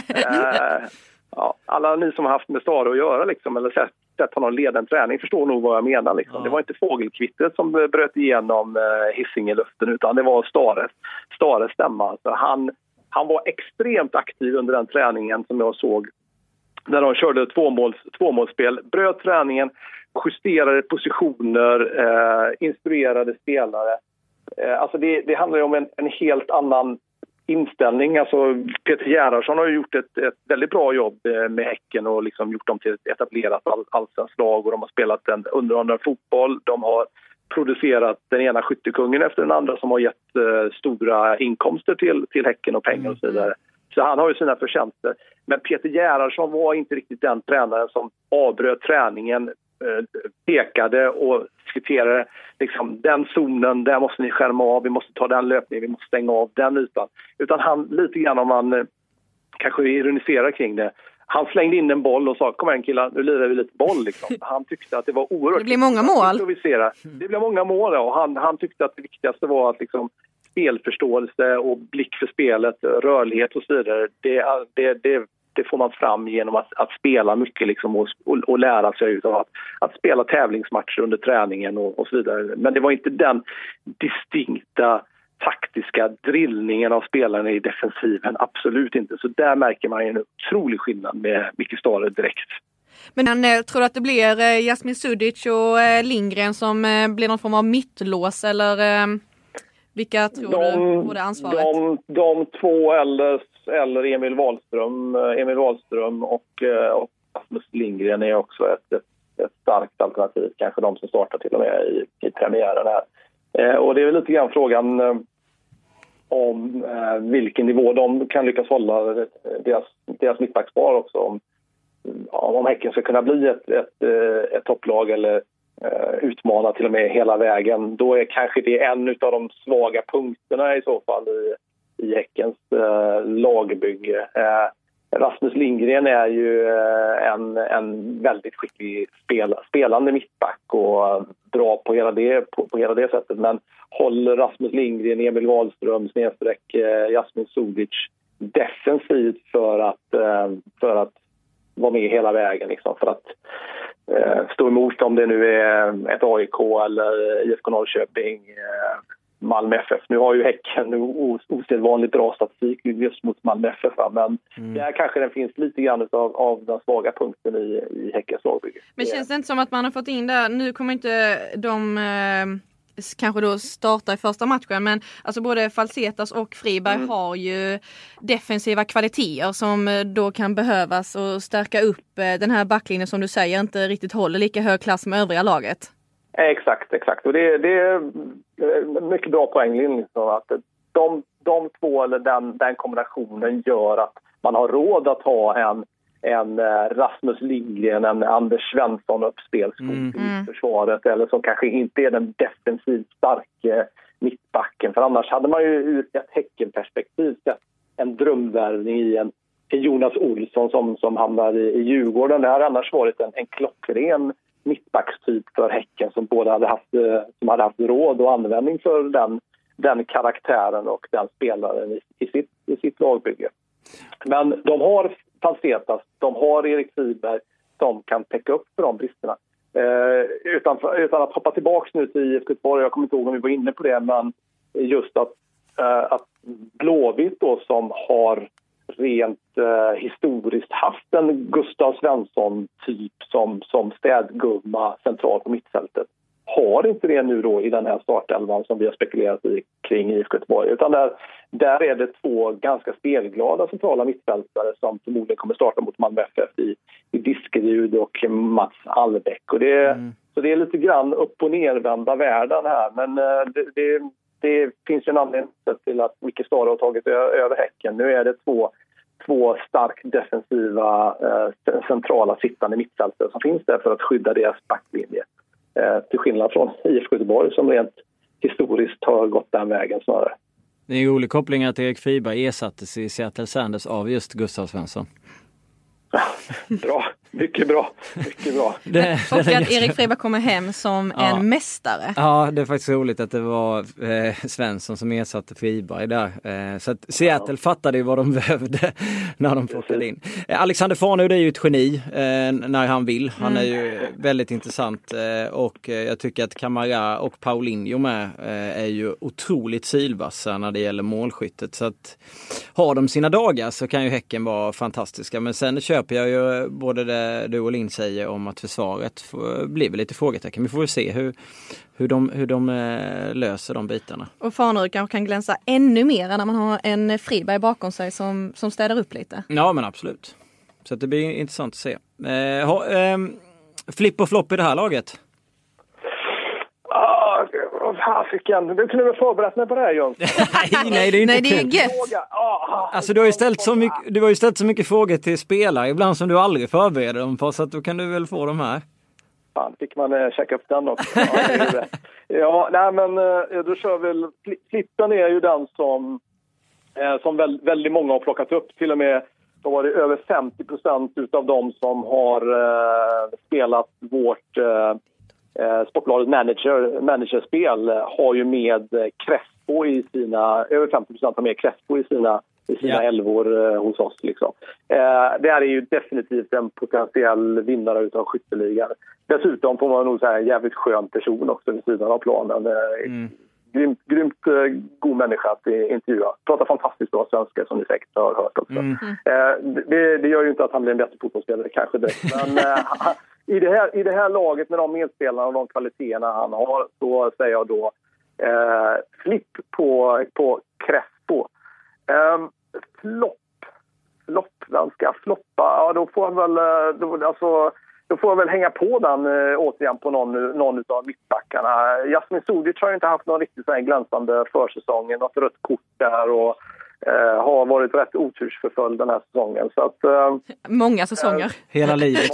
Alla ni som har haft med Stare att göra liksom, eller sett honom leda en träning förstår nog vad jag menar liksom. Det var inte fågelkvittret som bröt igenom Hising i luften, utan det var Stares stämma. Så han var extremt aktiv under den träningen som jag såg när de körde tvåmålsspel, bröt träningen, justerade positioner, instruerade spelare. Alltså det handlar ju om en helt annan inställning. Alltså Peter Gerhardsson har ju gjort ett väldigt bra jobb med Häcken och liksom gjort dem till ett etablerat allsvenskt lag, och de har spelat en underhållande fotboll. De har producerat den ena skyttekungen efter den andra som har gett stora inkomster till Häcken och pengar och så vidare. Så han har ju sina förtjänster. Men Peter Gerhardsson var inte riktigt den tränaren som avbröt träningen, pekade och diskuterade liksom, den zonen, där måste ni skärma av, vi måste ta den löpningen, vi måste stänga av den ytan. Utan han, lite grann om man kanske ironiserar kring det, han slängde in en boll och sa, kom igen killar, nu lirar vi lite boll liksom. Han tyckte att det var oerhört. Det blir många mål. Det blir många mål, och han tyckte att det viktigaste var att liksom spelförståelse och blick för spelet, rörlighet och så vidare. Det får man fram genom att spela mycket liksom, och lära sig ut av att spela tävlingsmatcher under träningen och så vidare. Men det var inte den distinkta taktiska drillningen av spelarna i defensiven, absolut inte. Så där märker man en otrolig skillnad med Micke Stare direkt. Men tror du att det blir Jasmin Sudic och Lindgren som blir någon form av mittlås, eller vilka tror du får det ansvaret? De två eller Emil Wahlström och Rasmus Lindgren är också ett starkt alternativ. Kanske de som startar till och med i premiären här. Och det är väl lite grann frågan om vilken nivå de kan lyckas hålla deras mittbackspar också. Om Häcken ska kunna bli ett topplag eller utmana till och med hela vägen, då är kanske det en av de svaga punkterna i så fall i Häckens lagbygge. Rasmus Lindgren är ju en väldigt skicklig spelande mittback och bra på hela det sättet. Men håller Rasmus Lindgren, Emil Wahlström, Jasmin Sudic defensivt för att vara med hela vägen liksom, för att stå emot, om det nu är ett AIK eller IFK Norrköping, Malmö FF. Nu har ju Häcken osedvanligt bra statistik just mot Malmö FF, men där kanske den finns lite grann av den svaga punkten i Häckens lagbygge. Men känns det inte som att man har fått in där, nu kommer inte de kanske då starta i första matchen, men alltså både Falsetas och Friberg har ju defensiva kvaliteter som då kan behövas och stärka upp den här backlinjen som du säger inte riktigt håller lika hög klass som övriga laget. Exakt. Och det är mycket bra poäng liksom, att de två eller den kombinationen gör att man har råd att ha en Rasmus Lindgren, en Anders Svensson uppspelskog i försvaret, eller som kanske inte är den defensivt starka mittbacken. För annars hade man ju ur ett Häckenperspektiv sett en drömvärvning i en Jonas Olsson som hamnar i Djurgården. Det har annars varit en klockren mittbackstyp för Häcken som både hade haft råd och användning för den karaktären och den spelaren i sitt lagbygge. Men de har Falsetas, de har Erik Friberg som kan täcka upp för de bristerna. Utan att hoppa tillbaka nu till IFK Göteborg, jag kommer inte ihåg om vi var inne på det, men just att Blåvitt då, som har rent historiskt haft en Gustav Svensson-typ som städgumma centralt på mittfältet, har inte det nu då i den här startelvan som vi har spekulerat i kring IFK Göteborg, utan där är det två ganska spelglada centrala mittfältare som förmodligen kommer starta mot Malmö FF i Diskerud och Mats Albeck. Och så det är lite grann upp- och nervända världen här, men det finns ju en anledning till att Micke Stare har tagit över Häcken. Nu är det två starkt defensiva centrala sittande mittfältare som finns där för att skydda deras backlinje. Till skillnad från IFK Göteborg som rent historiskt har gått den vägen snarare. Det är en rolig koppling att Erik Friberg ersattes i Seattle Sanders av just Gustav Svensson. Bra, mycket bra. Och att Erik Friberg kommer hem som en mästare. Ja, det är faktiskt roligt att det var Svensson som ersatte Friberg där. Så att Seattle fattade ju vad de behövde när de plockade in. Alexander Farnerud är ju ett geni när han vill. Han är ju väldigt intressant och jag tycker att Camara och Paulinho med är ju otroligt sylvassa när det gäller målskyttet. Så att har de sina dagar så kan ju Häcken vara fantastiska. Men sen köper jag ju både det du och Linn säger om att försvaret blir väl lite frågetecken. Vi får väl se hur de löser de bitarna. Och Farnerud kanske kan glänsa ännu mer när man har en Friberg bakom sig som städar upp lite. Ja, men absolut. Så att det blir intressant att se. Flipp och flopp i det här laget? Fasiken, du kunde väl förberett mig på det här, Jöns? Nej, det är inte kul. Det är gött. Alltså du har ju ställt så mycket frågor till spelare ibland som du aldrig förbereder dem på, så att då kan du väl få de här. Fan, fick man checka upp den också. Då kör väl Flippen är ju den som väldigt många har plockat upp. Till och med då var det över 50% utav dem som har spelat vårt Sportbladet managerspel har ju med Crespo i sina, över 50% har med Crespo i sina elvor hos oss liksom. Det är ju definitivt en potentiell vinnare utav skytteligan. Dessutom får man nog säga en jävligt skön person också vid sidan av planen. Grymt god människa att intervjua. Pratar fantastiskt bra svenska som ni säkert har hört också. Det gör ju inte att han blir en bättre fotbollsspelare kanske direkt. Men i det här laget med de medspelarna och de kvaliteterna han har, så säger jag då flipp på Crespo. Flopp, vem ska floppa? Ja, då får jag väl hänga på den återigen på någon av mittbackarna. Jasmin Sudic har ju inte haft någon riktigt så här glänsande försäsong, något rött kort där och har varit rätt otursförföljd den här säsongen. Så att, många säsonger. Hela livet.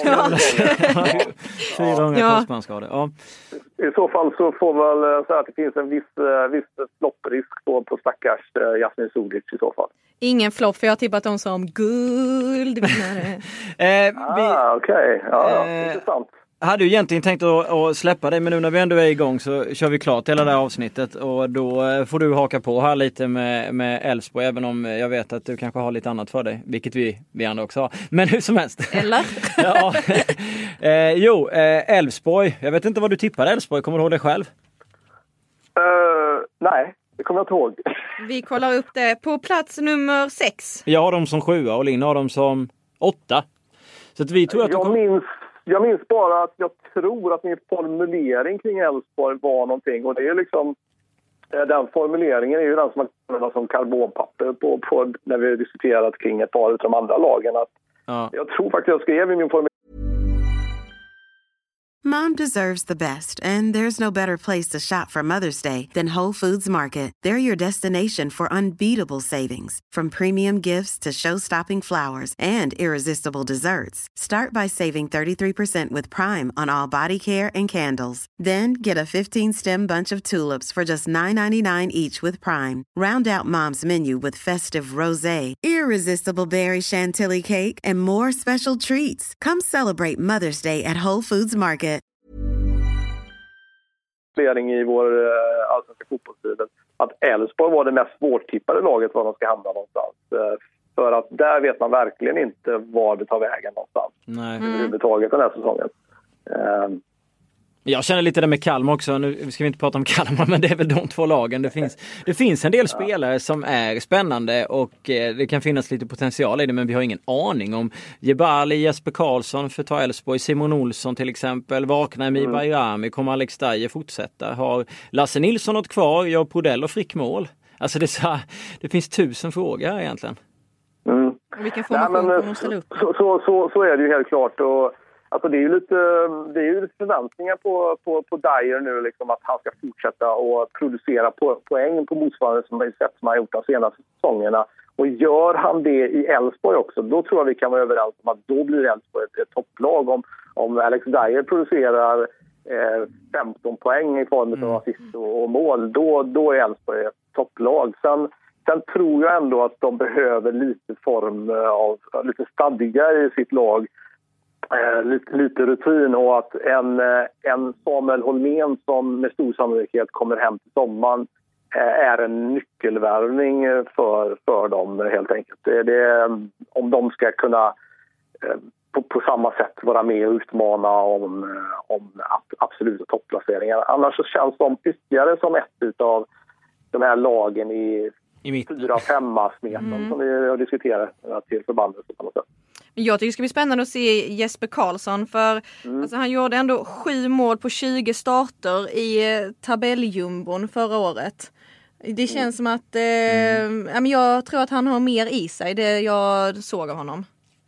400 korsbandsskador. Ja. I så fall så får väl säga att det finns en viss flopprisk på stackars Jasmin Sudic i så fall. Ingen flopp, för jag har tippat dem som guldvinnare. Okej. Ja, intressant. Hade ju egentligen tänkt att släppa dig, men nu när vi ändå är igång så kör vi klart hela det här avsnittet och då får du haka på här lite med Elfsborg, även om jag vet att du kanske har lite annat för dig, vilket vi andra också har. Men hur som helst. Eller? Ja. Elfsborg. Jag vet inte vad du tippade Elfsborg, kommer du ihåg det själv? Nej, det kommer jag inte ihåg. Vi kollar upp det på plats nummer 6. Jag har dem som 7 och Linn har dem som 8. Så att vi tror att jag minns bara att jag tror att min formulering kring Elfsborg var någonting. Och det är liksom, den formuleringen är ju den som man kan som karbonpapper på när vi har diskuterat kring ett par av de andra lagen. Jag tror faktiskt jag skrev i min formulering. Mom deserves the best, and there's no better place to shop for Mother's Day than Whole Foods Market. They're your destination for unbeatable savings, from premium gifts to show-stopping flowers and irresistible desserts. Start by saving 33% with Prime on all body care and candles. Then get a 15-stem bunch of tulips for just $9.99 each with Prime. Round out Mom's menu with festive rosé, irresistible berry chantilly cake, and more special treats. Come celebrate Mother's Day at Whole Foods Market. I vår allsvenska fotbollstiden att Elfsborg var det mest svårtippade laget var de ska hamna någonstans. För att där vet man verkligen inte var det tar vägen någonstans. Nej. Överhuvudtaget den här säsongen. Jag känner lite det med Kalmar också. Nu ska vi inte prata om Kalmar, men det är väl de två lagen. Det finns en del spelare som är spännande och det kan finnas lite potential i det, men vi har ingen aning om Jebali, Jesper Karlsson för ta Elfsborg, Simon Olsson till exempel, vaknar Emir Bayrami, kommer Alex Daje fortsätta? Har Lasse Nilsson något kvar? Gör Prodell och Frick mål? Alltså det finns 1000 frågor egentligen. Vilken formation kommer de ställa upp? Så är det ju helt klart. Och alltså det är ju lite förväntningar på Dyer nu liksom, att han ska fortsätta och producera poäng på motsvarande sätt som han gjort de senaste säsongerna. Och gör han det i Elfsborg också, då tror jag vi kan vara överens om att då blir Elfsborg ett topplag. Om Alex Dyer producerar 15 poäng i form av assist och mål, då är Elfsborg ett topplag. Sen tror jag ändå att de behöver lite form av lite stadga i sitt lag. Lite rutin, och att en Samuel Holmén som med stor sannolikhet kommer hem till sommaren är en nyckelvärvning för dem helt enkelt. Det om de ska kunna på samma sätt vara med och utmana om absoluta topplaceringar. Annars så känns de ytterligare som ett av de här lagen i 4-5-smeten som vi har diskuterat till förbandet på något sätt. Jag tycker det ska bli spännande att se Jesper Karlsson, för alltså, han gjorde ändå 7 mål på 20 starter i tabelljumbon förra året. Det känns som att jag tror att han har mer i sig, det jag såg av honom.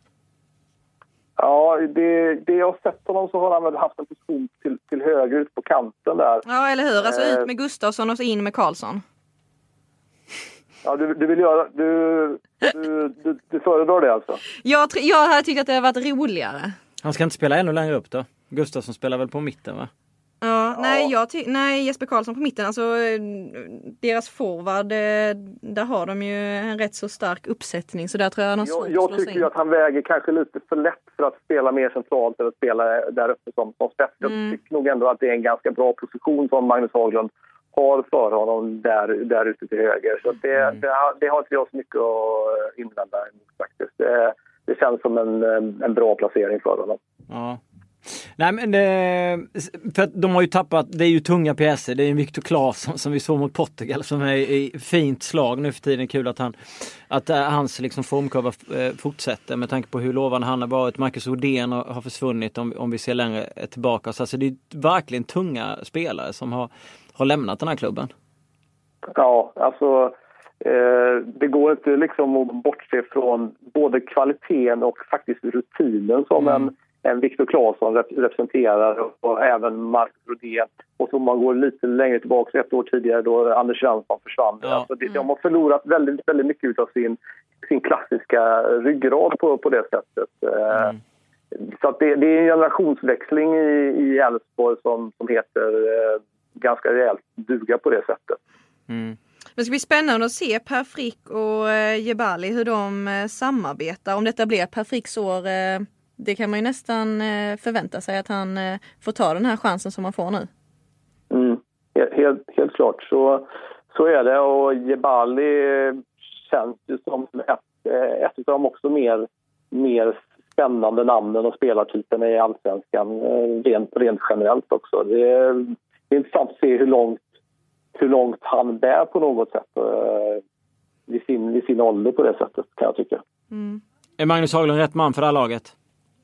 Ja, det jag har sett honom så har han väl haft en position till höger ut på kanten där. Ja, eller hur? Alltså ut med Gustafsson och så in med Karlsson. Ja, du vill göra... Du föredrar det alltså? Jag hade tyckt att det hade varit roligare. Han ska inte spela ännu längre upp då? Gustafsson spelar väl på mitten, va? Ja, nej, Jesper Karlsson på mitten. Alltså deras forward, där har de ju en rätt så stark uppsättning. Så där tror jag jag tycker ju att han väger kanske lite för lätt för att spela mer centralt eller spela där uppe som spets. Jag tycker nog ändå att det är en ganska bra position som Magnus Haglund har för honom där ute till höger. Så det har inte jag så mycket att invända emot faktiskt. Det känns som en bra placering för honom. Ja. Nej, men för att de har ju tappat, det är ju tunga pjäser. Det är en Victor Claesson som vi såg mot Portugal som är i fint slag nu för tiden. Kul att hans liksom formkurva fortsätter med tanke på hur lovande han har varit. Marcus Rodén har försvunnit om vi ser längre tillbaka. Så alltså, det är verkligen tunga spelare som har lämnat den här klubben. Ja, alltså det går inte liksom att bortse från både kvaliteten och faktiskt rutinen som en Victor Claesson representerar, och även Marcus Rodén. Och så man går lite längre tillbaka, 1 år tidigare då Anders Svensson försvann. Ja. Alltså de har förlorat väldigt, väldigt mycket av sin klassiska ryggrad på det sättet. Så att det är en generationsväxling i Elfsborg som heter ganska rejält duga på det sättet. Det ska bli spännande att se Per Frick och Jebali hur de samarbetar. Om detta blir Per Fricks år, det kan man ju nästan förvänta sig att han får ta den här chansen som han får nu. Helt klart, så är det. Och Jebali känns ju som ett av de också mer spännande namnen och spelartypen i Allsvenskan rent generellt också. Det är intressant att se hur långt han bär på något sätt vid sin ålder på det sättet, kan jag tycka. Är Magnus Haglund rätt man för det här laget?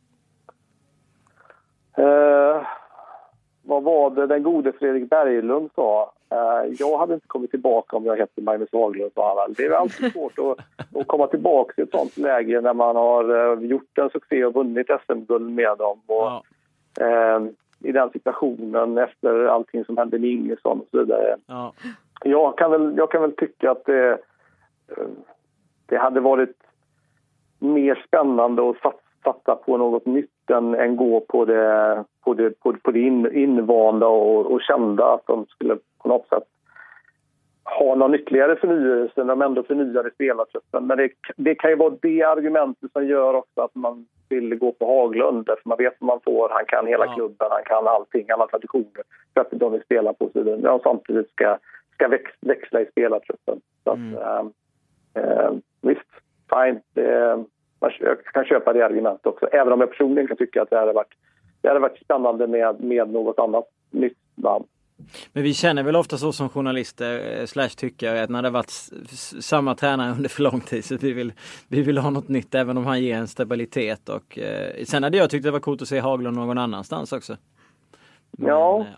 Vad var det den gode Fredrik Berglund sa? Jag hade inte kommit tillbaka om jag hette Magnus Haglund, sa han. Det är alltid svårt att komma tillbaka i ett sånt läge när man har gjort en succé och vunnit SM-guld med dem. Och, i den situationen efter allting som hände med Ingesson och så vidare. Ja. Jag kan väl tycka att det hade varit mer spännande att satsa på något nytt än gå på det invanda och kända, att de skulle på något sätt ha någon ytterligare förnyelse när de ändå förnyade spelartruppen. Men det kan ju vara det argumentet som gör också att man vill gå på Haglund, därför man vet vad man får. Han kan hela klubben, han kan allting, alla traditioner för att de vill spela på sidan. De samtidigt ska växla i spelartruppen. Så att, visst, fine. Jag kan köpa det argumentet också. Även om jag personligen kan tycka att det hade varit spännande med något annat nytt namn. Men vi känner väl ofta så som journalister tycker att när det har varit samma tränare under för lång tid, så vi vill ha något nytt även om han ger en stabilitet. Och sen hade jag tyckt det var coolt att se Haglund någon annanstans också. Men,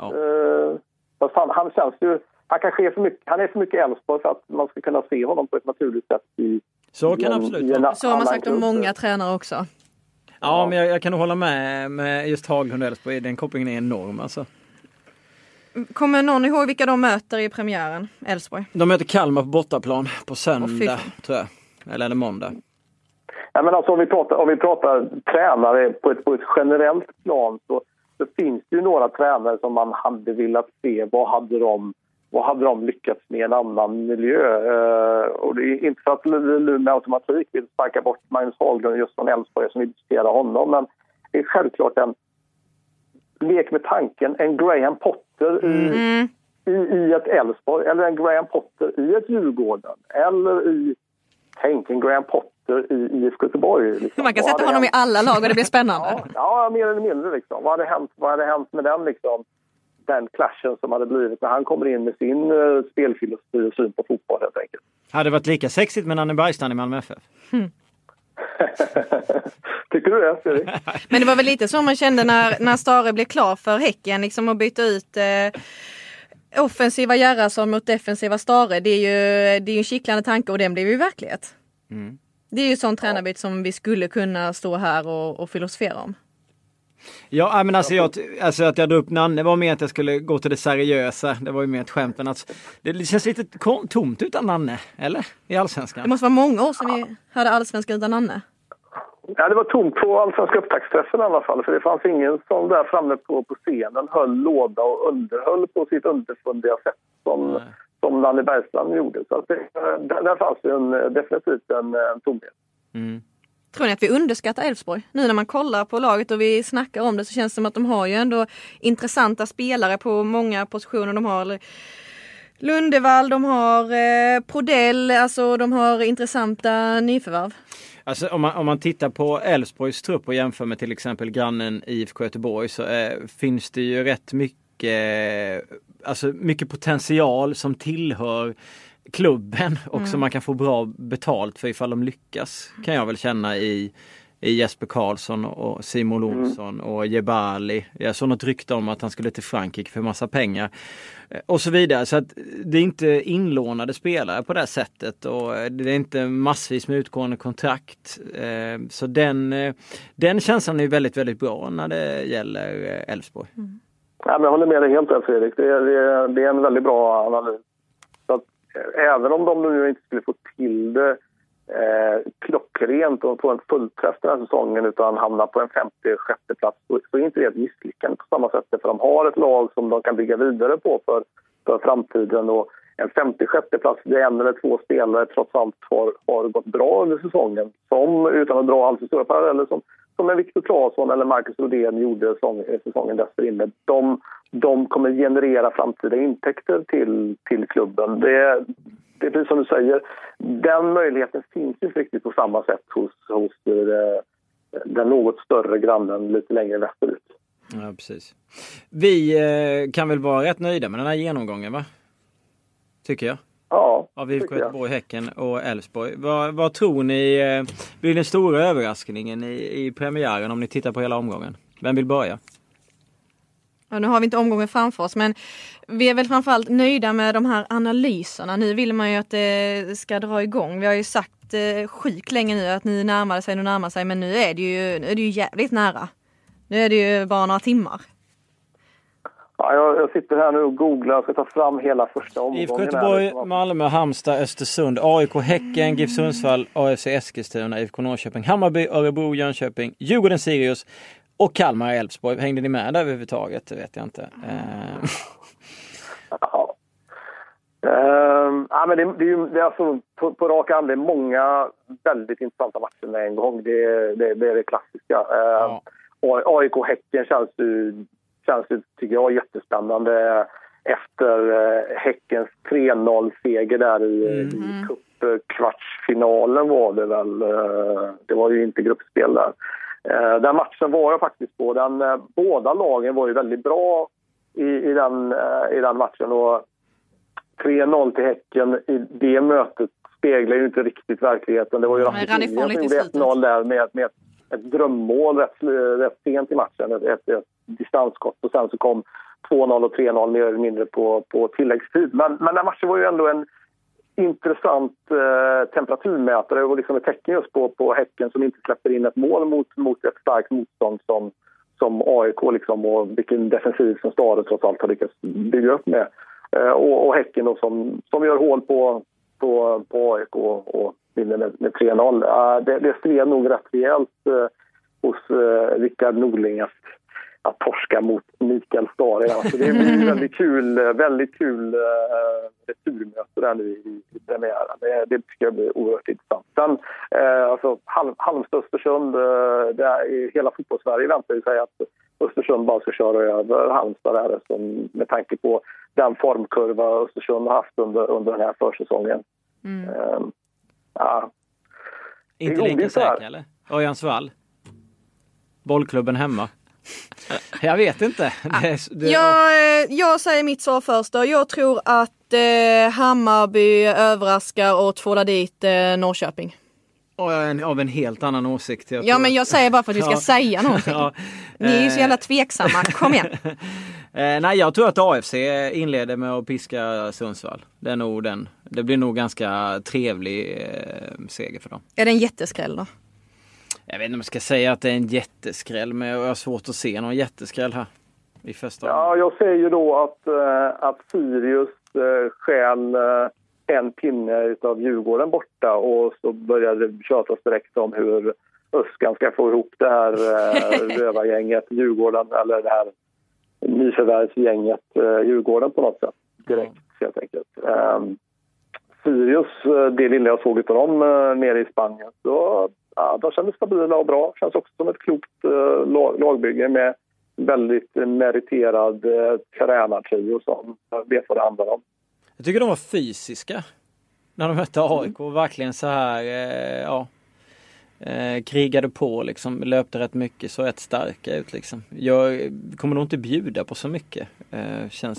han känns ju, han är för mycket Elfsborg för att man ska kunna se honom på ett naturligt sätt så kan absolut. Så har man sagt om många tränare också. Ja, men jag kan nog hålla med just Haglund och Elfsborg. Den kopplingen är enorm alltså. Kommer någon ihåg vilka de möter i premiären, Elfsborg? De möter Kalmar på bortaplan på söndag, tror jag. Eller måndag. Ja, men alltså om vi pratar tränare på ett generellt plan, så så finns det ju några tränare som man hade velat se. Vad hade de lyckats med i en annan miljö? Och det är inte för att Luleå med automatik vill sparka bort Magnus Haglund just från Elfsborg som vi diskuterar honom, men det är självklart en lek med tanken, en Graham Potter i ett Elfsborg, eller en Graham Potter i ett Djurgården, eller en Graham Potter i IFK Göteborg. Liksom. Man kan sätta honom i alla lag och det blir spännande. Ja, mer eller mindre liksom. Vad hade hänt med den liksom? Den clashen som hade blivit när han kommer in med sin spelfilosofi och syn på fotboll helt enkelt. Hade det varit lika sexigt med Nanne Bergstrand i Malmö FF? Tycker du det, Fredrik? Men det var väl lite så man kände när Stare blev klar för Häcken liksom, att byta ut offensiva Gerhardsson mot defensiva Stare. Det är ju en kittlande tanke och den blev ju verklighet. Det är ju sån tränarbyte som vi skulle kunna stå här och filosofera om. Ja, men alltså att jag drog upp Nanne var mer att jag skulle gå till det seriösa. Det var ju mer ett skämt än att det känns lite tomt utan Nanne, eller? I Allsvenskan. Det måste vara många år sedan vi hade Allsvenskan utan Nanne. Ja, det var tomt på Allsvenska upptaktsträffen i alla fall. För det fanns ingen som där framme på scenen höll låda och underhöll på sitt underfundiga sätt som Nanne Bergstrand gjorde. Så att där fanns det definitivt en tomhet. Tror ni att vi underskattar Elfsborg? Nu när man kollar på laget och vi snackar om det så känns det som att de har ju ändå intressanta spelare på många positioner. De har Lundevall, de har Prodell, alltså de har intressanta nyförvärv. Alltså om man tittar på Elfsborgs trupp och jämför med till exempel grannen IFK Göteborg så finns det ju rätt mycket potential som tillhör klubben och som man kan få bra betalt för ifall de lyckas, kan jag väl känna i Jesper Karlsson och Simon Olsson och Jebali. Jag såg något rykte om att han skulle till Frankrike för massa pengar och så vidare. Så att det är inte inlånade spelare på det sättet och det är inte massvis med utgående kontrakt. Så den känslan är väldigt, väldigt bra när det gäller Elfsborg. Ja, men jag håller med dig helt där, Fredrik. Det är en väldigt bra analys. Så att, även om de nu inte skulle få till det klockrent och få en fullträff den här säsongen utan hamna på en 56:e plats så är inte det ett misslyckande på samma sätt, för de har ett lag som de kan bygga vidare på för framtiden, och en 56:e plats, det är en eller två spelare trots allt har gått bra under säsongen, som utan att dra alltför stora paralleller som en Viktor Claesson eller Marcus Rodén gjorde säsongen dessförinnan. De kommer generera framtida intäkter till klubben. Det är precis som du säger, den möjligheten finns ju riktigt på samma sätt hos den något större grannen lite längre västerut. Ja, precis. Vi kan väl vara rätt nöjda med den här genomgången, va? Tycker jag. Ja. Av IFK Göteborg, Häcken och Elfsborg. Vad tror ni blir den stora överraskningen i premiären om ni tittar på hela omgången? Vem vill börja? Ja, nu har vi inte omgången framför oss, men vi är väl framförallt nöjda med de här analyserna. Nu vill man ju att det ska dra igång. Vi har ju sagt sjukt länge nu att ni närmar sig, men nu är det ju jävligt nära. Nu är det ju bara några timmar. Ja, jag sitter här nu och googlar och ska ta fram hela första omgången. IFK Göteborg, Malmö, Halmstad, Östersund, AIK, Häcken, GIF Sundsvall, AFC Eskilstuna, IFK Norrköping, Hammarby, Örebro, Jönköping, Djurgården, Sirius och Kalmar, Elfsborg. Hängde ni med där överhuvudtaget? Det vet jag inte. Ja. Men det är alltså på rak arm, det är många väldigt intressanta matcher med en gång. Det är det klassiska. AIK-Häcken känns ju, tycker jag, jättespännande efter Häckens 3-0-seger där i cupkvartsfinalen var det väl. Det var ju inte gruppspel där. Den matchen var jag faktiskt på. Båda lagen var ju väldigt bra i den matchen, och 3-0 till Häcken i det mötet speglar ju inte riktigt verkligheten. Det var ju Rasmus som gjorde 1-0 där med ett drömmål rätt sent i matchen, ett distansskott, och sen så kom 2-0 och 3-0 mer eller mindre på tilläggstid. Men den matchen var ju ändå en intressant temperaturmätare och liksom ett tecken just på Häcken som inte släpper in ett mål mot ett starkt motstånd som AIK liksom, och vilken defensiv som Stare trots allt har lyckats bygga upp med. Och Häcken då, som gör hål på AIK och vinner med 3-0. Det stred nog rätt rejält hos Rickard Norling att torska mot Mikael Stare. Alltså det blir väldigt kul returmöte där nu i premiären. Det tycker jag blir oerhört intressant. Sen alltså Halmstad-Östersund, hela fotbollssverige väntar ju sig att Östersund bara ska köra över Halmstad där, med tanke på den formkurva Östersund har haft under den här försäsongen. Inte lika säker eller? Örjansvall? Bollklubben hemma? Jag vet inte. Jag säger mitt svar först då. Jag tror att Hammarby överraskar och tvålar dit Norrköping. Av en helt annan åsikt. Men jag säger bara för att vi ska säga någonting. Ni är ju så jävla tveksamma. Kom igen. Nej, jag tror att AFC inleder med att piska Sundsvall. Det blir nog ganska trevlig seger för dem. Är det en jätteskräll då? Jag vet inte om jag ska säga att det är en jätteskräll, men jag har svårt att se någon jätteskräll här i första. Ja, jag säger ju då att Sirius stjäl en pinne utav Djurgården borta, och så började det tjatas direkt om hur Öskan ska få ihop det här rövargänget Djurgården, eller det här nyförvärvsgänget Djurgården på något sätt direkt, helt enkelt. Sirius, det lilla jag såg utav dem nere i Spanien, så de kändes stabila och bra. Känns också som ett klokt lagbygge med väldigt meriterad tränartrio som vet vad det handlar om. Jag tycker de var fysiska när de mötte AIK. Verkligen så här, krigade på liksom, löpte rätt mycket, så rätt starka ut liksom. Jag kommer nog inte bjuda på så mycket, känns.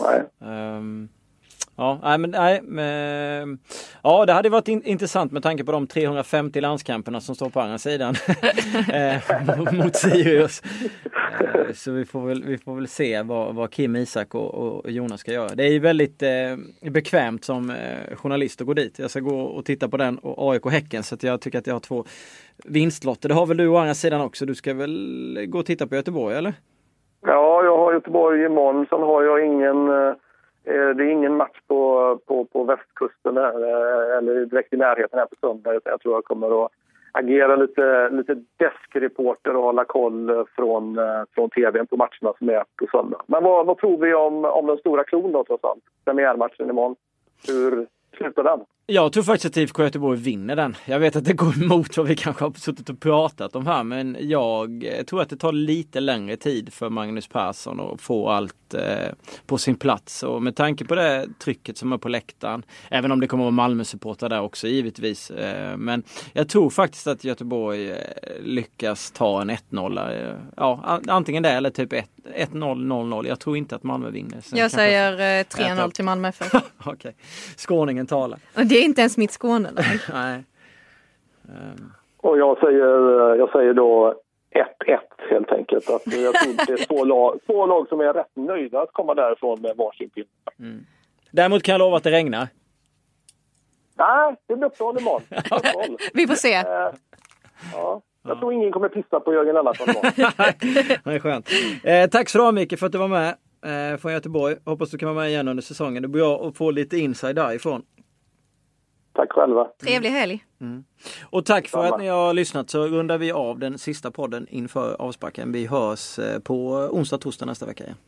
Det hade varit intressant med tanke på de 350 landskamperna som står på andra sidan mot Sirius. Så vi får väl se vad Kim, Isak och Jonas ska göra. Det är ju väldigt bekvämt som journalist att gå dit. Jag ska gå och titta på den och AIK och Häcken, så att jag tycker att jag har 2 vinstlotter. Det har väl du å andra sidan också. Du ska väl gå och titta på Göteborg, eller? Ja, jag har Göteborg imorgon. Sen har jag det är ingen match på västkusten eller direkt i närheten här på söndag. Jag tror jag kommer att agera lite deskreporter och hålla koll från tvn på matcherna som är på söndag. Men vad tror vi om den stora klon då, trots allt? Premiärmatchen imorgon. Hur slutar den? Jag tror faktiskt att IFK Göteborg vinner den. Jag vet att det går emot vad vi kanske har suttit och pratat om här, men jag tror att det tar lite längre tid för Magnus Persson att få allt på sin plats. Och med tanke på det trycket som är på läktaren, även om det kommer att vara Malmö-supportrar där också givetvis, men jag tror faktiskt att Göteborg lyckas ta en 1-0. Antingen det eller typ 1-0, 0-0. Jag tror inte att Malmö vinner. Sen jag säger 3-0 till Malmö FF. Okej. Skåningen talar. Det är inte ens mitt Skåne. Nej. Och jag säger då 1-1 helt enkelt. Att jag tror det är två lag som är rätt nöjda att komma därifrån med varsin pinne. Däremot kan jag lova att det regnar. Nej, det blir uppehåll imorgon. Vi får se. Jag tror ingen kommer pissa på Jörgen Lennartsson imorgon. Det är skönt. Tack så mycket för att du var med från Göteborg. Hoppas du kan vara med igen under säsongen. Det blir bra att få lite inside därifrån. Tack själva. Trevlig helg. Och tack för att ni har lyssnat, så rundar vi av den sista podden inför avsparken. Vi hörs på onsdag, torsdag nästa vecka igen.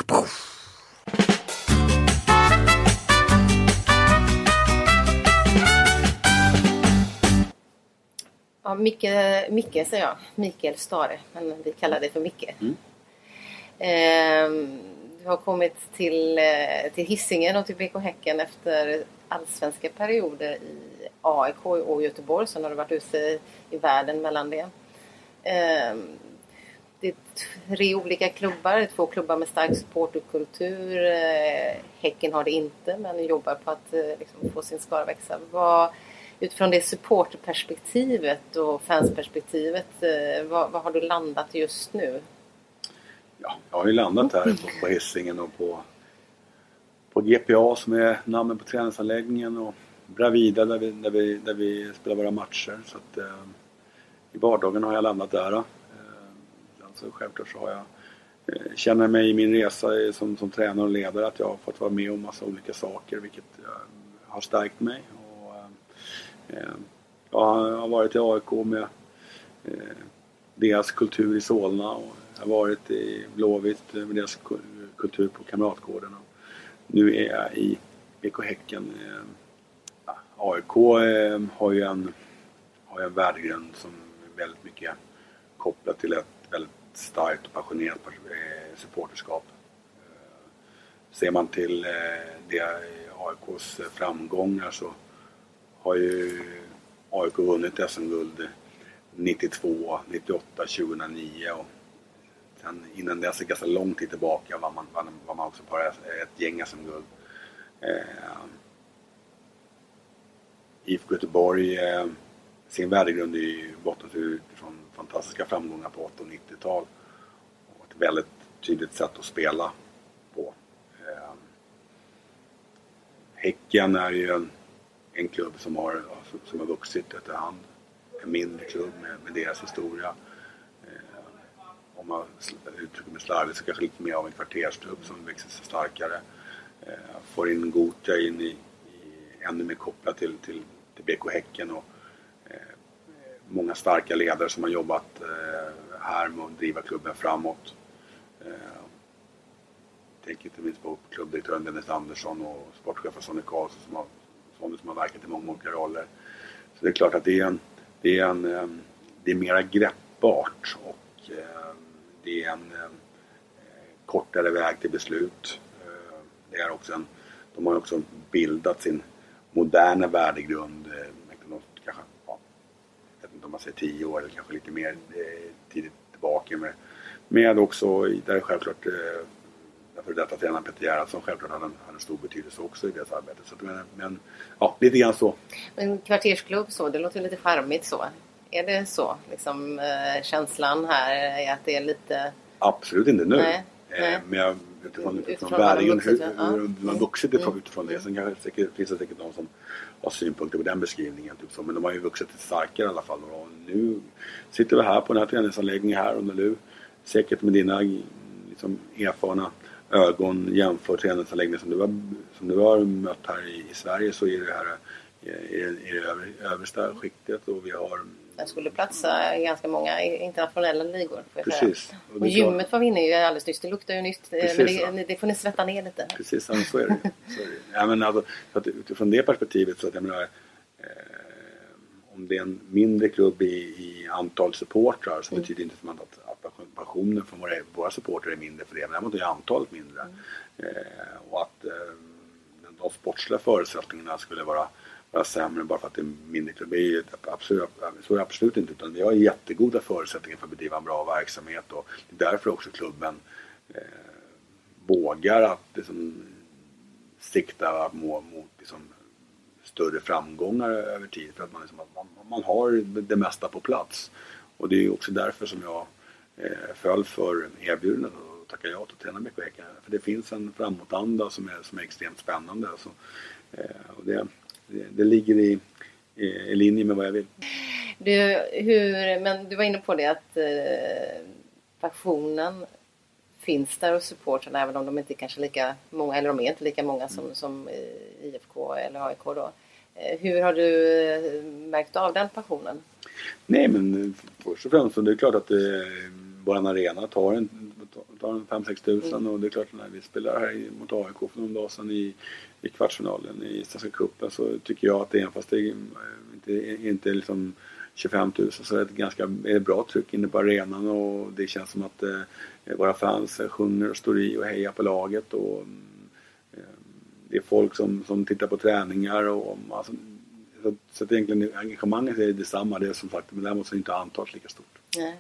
Ja, Micke säger jag. Mikael Stare, men vi kallar det för Micke. Du har kommit till Hisingen och till BK Häcken efter allsvenska perioder i AIK och Göteborg. Sen har du varit ute i världen mellan det. Det är 3 olika klubbar, 2 klubbar med stark supporterkultur. Häcken har det inte, men jobbar på att liksom få sin skara växa. Utifrån det supporterperspektivet och fansperspektivet, vad har du landat just nu? Ja, jag har ju landat här på Hisingen och på GPA som är namnet på träningsanläggningen, och Bravida där vi spelar våra matcher. Så att, i vardagen har jag landat där. Alltså, självklart så har jag känner mig i min resa som tränare och ledare att jag har fått vara med om massa olika saker, vilket har stärkt mig. Jag har varit i AIK med deras kultur i Solna och Jag har varit i Blåvitt med deras kultur på Kamratgården. Och nu är jag i BK Häcken. AIK har ju en värdegrund som är väldigt mycket kopplat till ett väldigt starkt och passionerat supporterskap. Ser man till AIKs framgångar så har ju AIK vunnit SM-guld 92, 98, 2009 och sen innan dess ganska lång tid tillbaka var man också på ett gäng SM-guld. IFK Göteborg, sin värdegrund är ju botten utifrån fantastiska framgångar på 80- och 90-tal och ett väldigt tydligt sätt att spela på. Häcken är ju en klubb som har vuxit efterhand. En mindre klubb med deras historia. Om man uttrycker mig slarvigt så kanske lite mer av en kvartersklubb som växer sig starkare. Får in Gothia in i ännu mer kopplat till BK Häcken och många starka ledare som har jobbat här med att driva klubben framåt. Tänker inte minst på klubbdirektören Dennis Andersson och sportchefen Sonny Karlsson som har verkat i många olika roller. Så det är klart att det är mera greppbart och det är en kortare väg till beslut. Det är också de har också bildat sin moderna värdegrund kanske, jag vet inte om man säger 10 år eller kanske lite mer tidigt tillbaka med också där självklart för detta tränaren Peter Gerhardsson självklart hade en stor betydelse också i deras arbete. Så men ja, lite grann så. Men kvartersklubb så, det låter lite charmigt så. Är det så? Liksom, känslan här är att det är lite... Absolut inte nu. Nej. Men utifrån världen, hur man vuxit utifrån det. Sen kanske finns det säkert någon som har synpunkter på den beskrivningen. Typ så. Men de har ju vuxit starkare i alla fall. Och nu sitter vi här på den här träningsanläggningen här under nu. Säkert med dina liksom, erfarna ögon jämför träningsanläggningen som du har mött här i Sverige, så är det här i det översta skiktet och vi har... Jag skulle platsa i ganska många internationella ligor. Precis. Och gymmet var vi inne i alldeles nyss. Det luktar ju nytt. Precis, men det får ni svetta ner lite. Precis, så är det. Ja, men alltså, utifrån det perspektivet så att jag menar, om det är en mindre klubb i antal supportrar så betyder det inte som att passionen från våra supportrar är mindre för det. Men däremot är antalet mindre. Och att de sportsliga förutsättningarna skulle vara sämre bara för att det är mindre klubb. Så är det absolut inte. Utan vi har jättegoda förutsättningar för att bedriva en bra verksamhet. Och det är därför också klubben vågar att liksom, sikta mot liksom, större framgångar över tid. För att man har det mesta på plats. Och det är också därför som jag föll för erbjudandet och tackade ja till träna BK Häcken. För det finns en framåtanda som är extremt spännande. Alltså, och det ligger i linje med vad jag vill. Men du var inne på det att passionen finns där hos supportrarna även om de inte är kanske lika många, eller de är inte lika många som IFK eller AIK då. Hur har du märkt av den passionen? Nej, men först och främst så det är klart att vår arena tar 5-6 tusen och det är klart att när vi spelar här mot AIK för någon dag sedan i kvartsfinalen i Svenska cupen så tycker jag att det är fast det inte liksom 25 000 så är det ett ganska bra tryck inne på arenan och det känns som att våra fans sjunger och står i och hejar på laget och det är folk som tittar på träningar och alltså, så att egentligen engagemanget är detsamma, det är som sagt, men däremot så är inte antalet lika stort. Nej.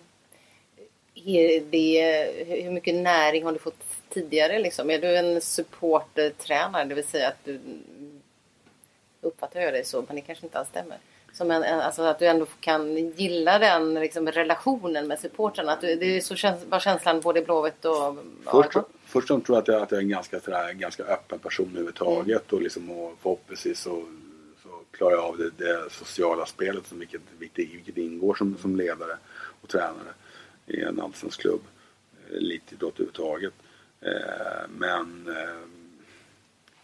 Hur mycket näring har du fått tidigare liksom? Är du en supportertränare, det vill säga att du uppfattar jag det så, men det kanske inte alls stämmer. Som alltså att du ändå kan gilla den liksom, relationen med supportrarna. Att det är så var känslan både Blåvitt och Först tror jag att jag är en ganska öppen person överhuvudtaget och, liksom, och förhoppningsvis så klarar jag av det sociala spelet som vilket ingår som ledare och tränare i en allsvensk klubb. Lite idrott överhuvudtaget. Men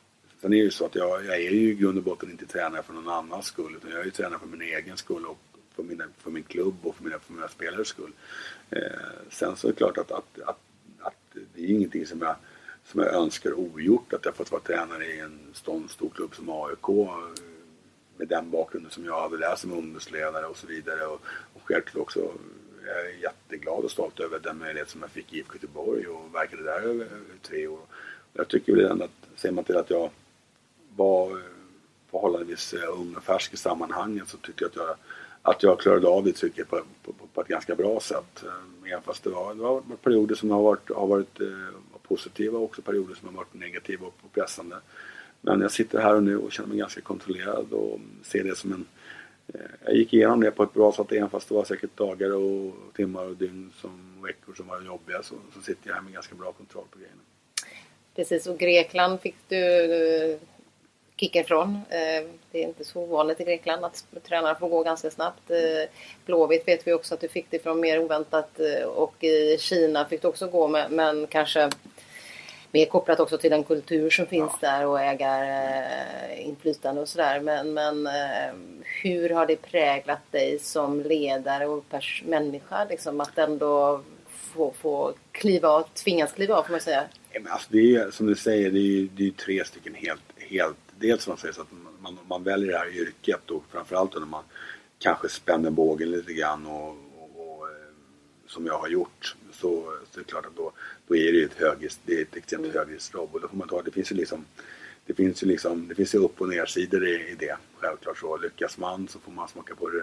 sen är det ju så att jag är ju i grund och botten inte tränare för någon annans skull utan jag är ju tränare för min egen skull och för min klubb och för mina spelares skull. Sen så är det klart att det är ingenting som jag önskar ogjort, att jag fått vara tränare i en stor klubb som AIK med den bakgrunden som jag hade där som ungdomsledare och så vidare, och självklart också jag är jätteglad och stolt över den möjlighet som jag fick i IFK Göteborg och verkade där över 3 år. Jag tycker väl ändå att, ser man till att jag var förhållandevis ung och färsk i sammanhanget, så tycker jag att jag klarade av det trycket på ett ganska bra sätt. Även fast det var perioder som har varit positiva och också perioder som har varit negativa och pressande. Men jag sitter här och nu och känner mig ganska kontrollerad och ser det som jag gick igenom det på ett bra sätt, även fast det var säkert dagar och timmar och dygn och veckor som var jobbiga, så sitter jag här med ganska bra kontroll på grejerna. Precis, och Grekland fick du kicken från. Det är inte så vanligt i Grekland att tränare får gå ganska snabbt. Blåvitt vet vi också att du fick det från mer oväntat, och i Kina fick du också gå, men kanske mer kopplat också till den kultur som finns där och ägarinflytande och sådär. Men hur har det präglat dig som ledare och människa, liksom, att ändå få tvingas kliva av, får man säga? Alltså det är som du säger, det är 3 stycken helt dels som man säger, så att man väljer det här yrket, och framförallt när man kanske spänner bågen lite grann och som jag har gjort, så är det klart att då är det ett extremt högriskjobb, och då får man ta, det finns ju upp- och nersidor i det, självklart. Så lyckas man så får man smaka på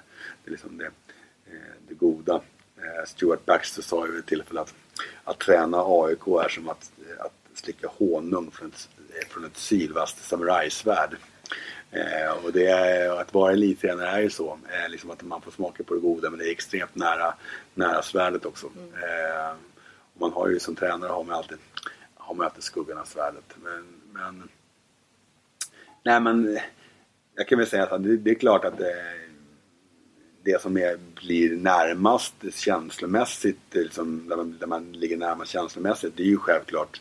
det goda. Stuart Baxter sa ju ett tillfälle att träna AIK är som att slicka honung från ett sylvast samurajsvärd. Och det är, att vara elittränare är ju så, liksom att man får smaka på det goda, men det är extremt nära svärdet också. Och man har ju som tränare har man alltid skuggan av svärdet, men jag kan väl säga att det är klart att det som blir närmast känslomässigt, liksom, där man ligger närmast känslomässigt, det är ju självklart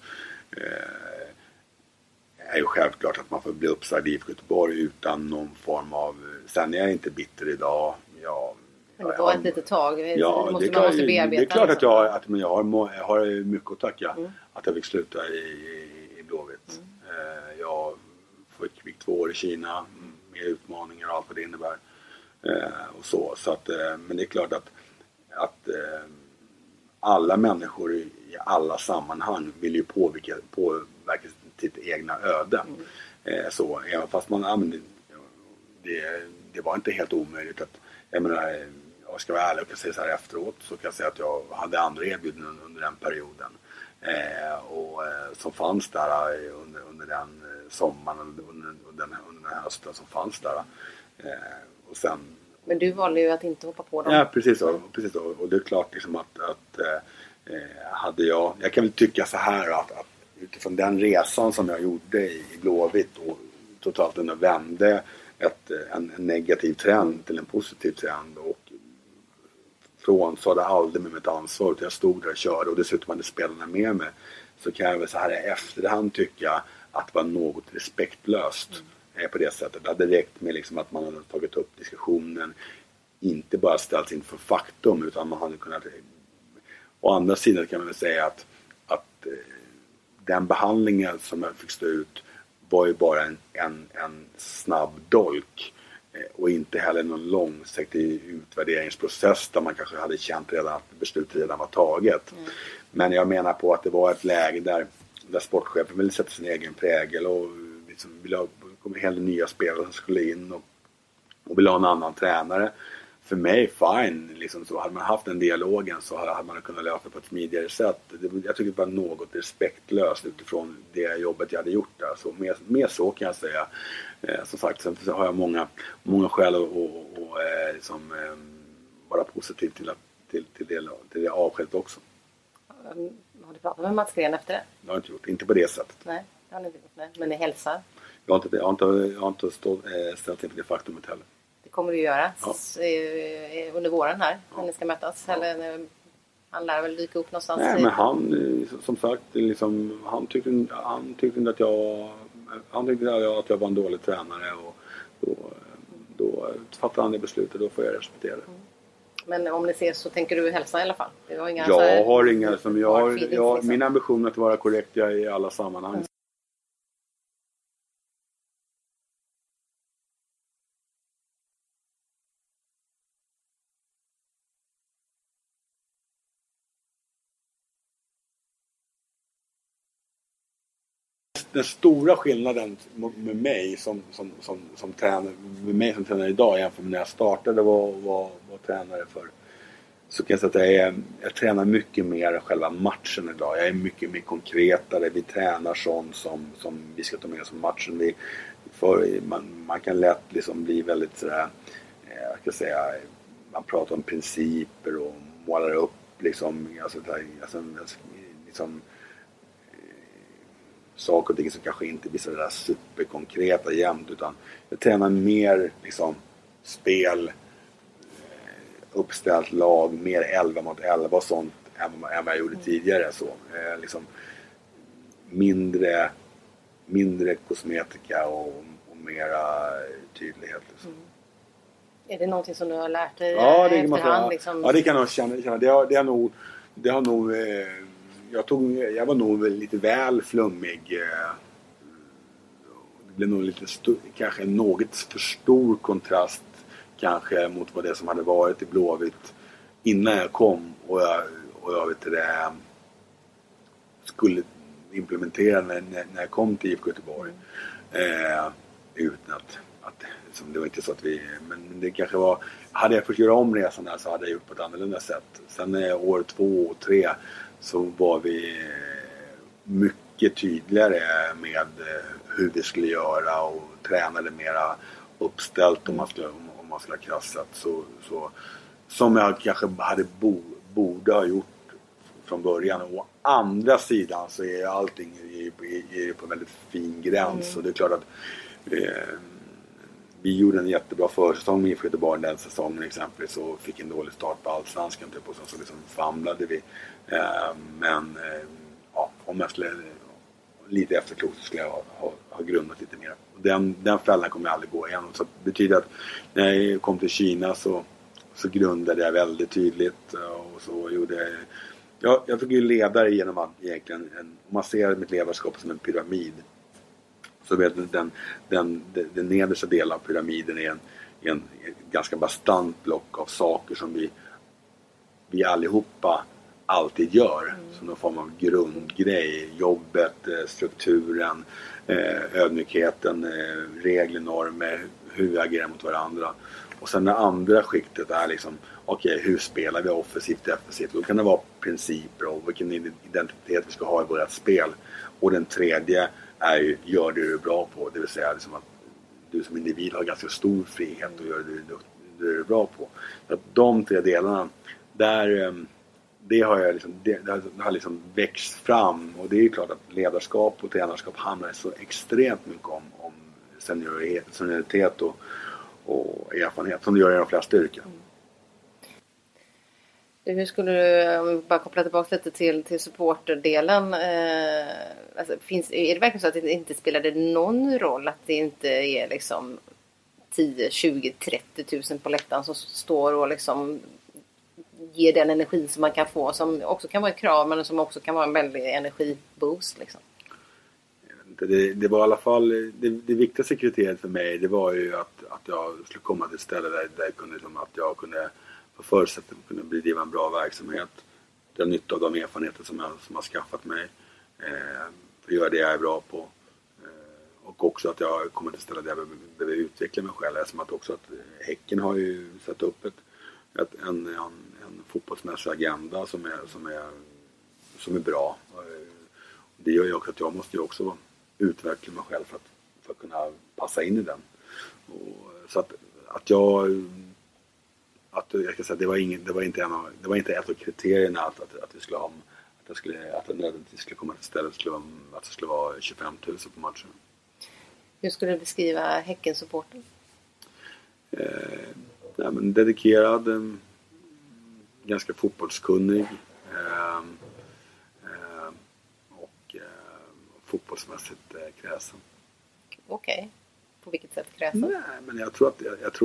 att man får bli uppsagd i IFK Göteborg utan någon form av... Sen är jag inte bitter idag. Men det var ett litet tag. Ja, man måste bearbeta. Det är klart att jag har mycket att tacka att jag fick sluta i Blåvitt. Jag fick 2 år i Kina med utmaningar och allt vad det innebär. Och så att, men det är klart att alla människor i alla sammanhang vill ju påverka sitt egna öde. Så även fast det var inte helt omöjligt att, jag menar, jag ska vara ärlig och säga så här efteråt, så kan jag säga att jag hade andra erbjudanden under den perioden och som fanns där under den sommaren, under den här hösten som fanns där, och sen. Men du valde ju att inte hoppa på dem. Ja, precis så. Och det är klart liksom att hade jag kan väl tycka så här att utifrån den resan som jag gjorde i Blåvitt och totalt vände en negativ trend till en positiv trend, och från så hade jag aldrig med mitt ansvar, utan jag stod där och körde, och dessutom hade spelarna med mig, så kan jag väl så här i efterhand tycka att det var något respektlöst på det sättet. Det hade räckt med liksom att man hade tagit upp diskussionen, inte bara ställts inför faktum, utan man hade kunnat. Å andra sidan kan man väl säga att den behandlingen som jag fick stå ut var ju bara en snabb dolk, och inte heller någon långsiktig utvärderingsprocess där man kanske hade känt redan att beslutet redan var taget. Men jag menar på att det var ett läge där sportchefen ville sätta sin egen prägel och liksom ville ha hela nya spelare som skulle in och ville ha en annan tränare. För mig, fine. Liksom så. Hade man haft den dialogen så hade man kunnat lösa på ett smidigare sätt. Jag tycker det var något respektlöst utifrån det jobbet jag hade gjort där. Så mer så kan jag säga. Som sagt, sen har jag många skäl att liksom, vara positiv till det avskedet också. Har du pratat med Mats Gren efter det? Det har jag inte gjort. Inte på det sättet. Nej, det har ni inte gjort. Nej. Men ni hälsar? Jag har inte ställt inför det faktumet heller. Det kommer du göra under våren här när ni ska mötas. Eller han lär väl dyka upp någonstans. Nej, men han, som sagt, liksom, han tyckte inte att jag var en dålig tränare, och då fattar han det beslutet, då får jag respektera det. Men om ni ses så tänker du hälsa i alla fall? Det var inga jag har inga som min ambition är att vara korrekt i alla sammanhang. Den stora skillnaden med mig som tränare idag jämfört med när jag startade var tränare för, så kan jag säga att jag tränar mycket mer själva matchen idag. Jag är mycket mer konkretare. Vi tränar sånt som vi ska ta med oss som matchen. Man kan lätt liksom bli väldigt sådär, jag ska säga, man pratar om principer och målar upp liksom saker och ting som kanske inte blir så där superkonkreta jämt, utan jag tränar mer liksom spel, uppställt lag, mer 11 mot 11 och sånt än vad jag gjorde tidigare. Så liksom mindre kosmetika och mera tydlighet liksom. Är det någonting som du har lärt dig efterhand? Liksom? Ja, det kan jag känna. Det har nog jag var nog lite väl flummig. Det blev nog lite kanske en något för stor kontrast kanske mot vad det som hade varit i Blåvitt innan jag kom, och jag vet det skulle implementera när jag kom till IFK Göteborg. Utan att det var inte så att men det kanske var, hade jag fått göra om resan där så hade jag gjort på ett annorlunda sätt. Sen år 2 och 3 så var vi mycket tydligare med hur vi skulle göra och tränade mera uppställt om man skulle ha krassat. Så som jag kanske borde ha gjort från början. Och å andra sidan så är allting på en väldigt fin gräns. Och det är klart att vi gjorde en jättebra försäsong med IFK Göteborg den säsongen exempelvis, så fick en dålig start på Allsvenskan typ, och så liksom famlade vi. Men om jag skulle lite efterklokt så skulle jag ha grundat lite mer. Den fällan kommer jag aldrig gå igenom. Så det betyder att när jag kom till Kina så grundade jag väldigt tydligt, och så gjorde jag fick ju ledare genom att egentligen om man ser mitt ledarskap som en pyramid, så vet den nedersta delen av pyramiden är en ganska bastant block av saker som vi allihopa alltid gör. Som någon form av grundgrej. Jobbet, strukturen, ödmjukheten, regler, normer, hur vi agerar mot varandra. Och sen det andra skiktet är liksom, okej, hur spelar vi offensivt, defensivt? Då kan det vara principer och vilken identitet vi ska ha i vårt spel. Och den tredje är ju, gör det du är bra på. Det vill säga liksom att du som individ har ganska stor frihet och gör det du är bra på. Så att de 3 delarna, det har liksom växt fram. Och det är ju klart att ledarskap och tränarskap handlar så extremt mycket om senioritet och erfarenhet, som det gör i de flesta yrken. Hur skulle du, om vi bara koppla tillbaka lite till supporterdelen, alltså är det verkligen så att det inte spelade någon roll att det inte är liksom 10, 20, 30 000 på läktaren som står och liksom ger den energi som man kan få, som också kan vara ett krav men som också kan vara en väldig energiboost liksom? Det var i alla fall det viktigaste kriteriet för mig, det var ju att jag skulle komma till ett ställe där jag kunde, liksom, att jag kunde få förutsättningar att kunna bedriva en bra verksamhet, dra nytta av de erfarenheter som jag har skaffat mig, för att göra det jag är bra på, och också att jag kommer till ett ställe där jag behöver utveckla mig själv, som att också att Häcken har ju satt upp en fotbollsmässig agenda som är bra. Det gör ju också att jag måste ju också utveckla mig själv för att kunna passa in i den. Och så att jag kan säga, det var inte ett av kriterierna att vi skulle ha, att det nödvändigtvis skulle komma till stället att det skulle vara 25 000 på matchen. Hur skulle du beskriva Häcken-supporten? Men dedikerad, ganska fotbollskunnig, och fotbollsmässigt kräsen. Okej. på vilket sätt krävs? Nej, men jag tror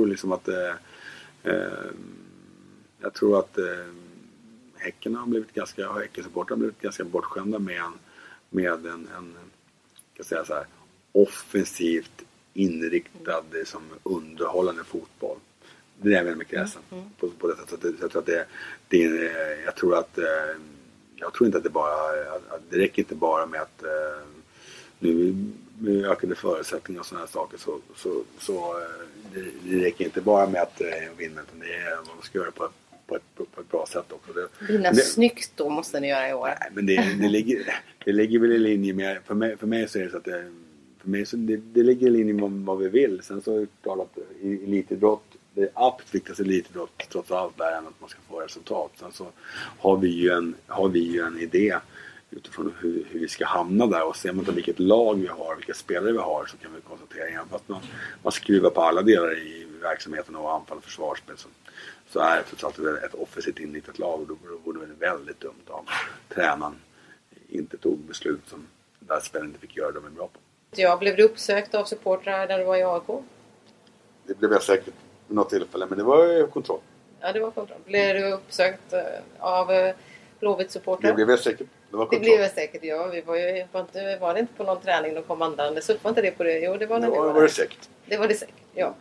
att Häcken har blivit Häckensupportrar har blivit ganska bortskämda med en kan säga så här, offensivt inriktad som underhållande fotboll. Det är väl med kräsen på det sättet. Jag tror att jag tror inte att det räcker inte bara med att nu med ökade förutsättningar och sådana här saker så det räcker inte bara med att vinna, utan det är vad man ska göra på ett bra sätt också. Vinna snyggt då måste ni göra i år. Nej, men det ligger väl i linje med, för mig så är det så att det ligger i linje med vad vi vill. Sen så är det klart att i elitidrott, det absolut viktigaste elitidrott trots allt är att man ska få resultat. Sen så har vi ju en idé utifrån hur vi ska hamna där, och ser man på vilket lag vi har, vilka spelare vi har, så kan vi konstatera igen att man skruvar på alla delar i verksamheten och anfall och försvarsspel, så är det trots allt ett offensivt inriktat lag, och då vore det väldigt dumt om tränaren inte tog beslut som där spelarna inte fick göra de är bra på. Jag blev du uppsökt av supportrar när du var i AIK? Det blev jag säkert vid något tillfälle, men det var ju kontroll. Ja, det var kontroll. Blev du uppsökt av Blåvitt-supportrar? Det blev jag säkert. Det var kontroll. Det blev jag säkert, ja. Var det inte på någon träning de kom andra? Så var inte det på det? Jo, det var när det var det säkert. Det var det säkert, ja.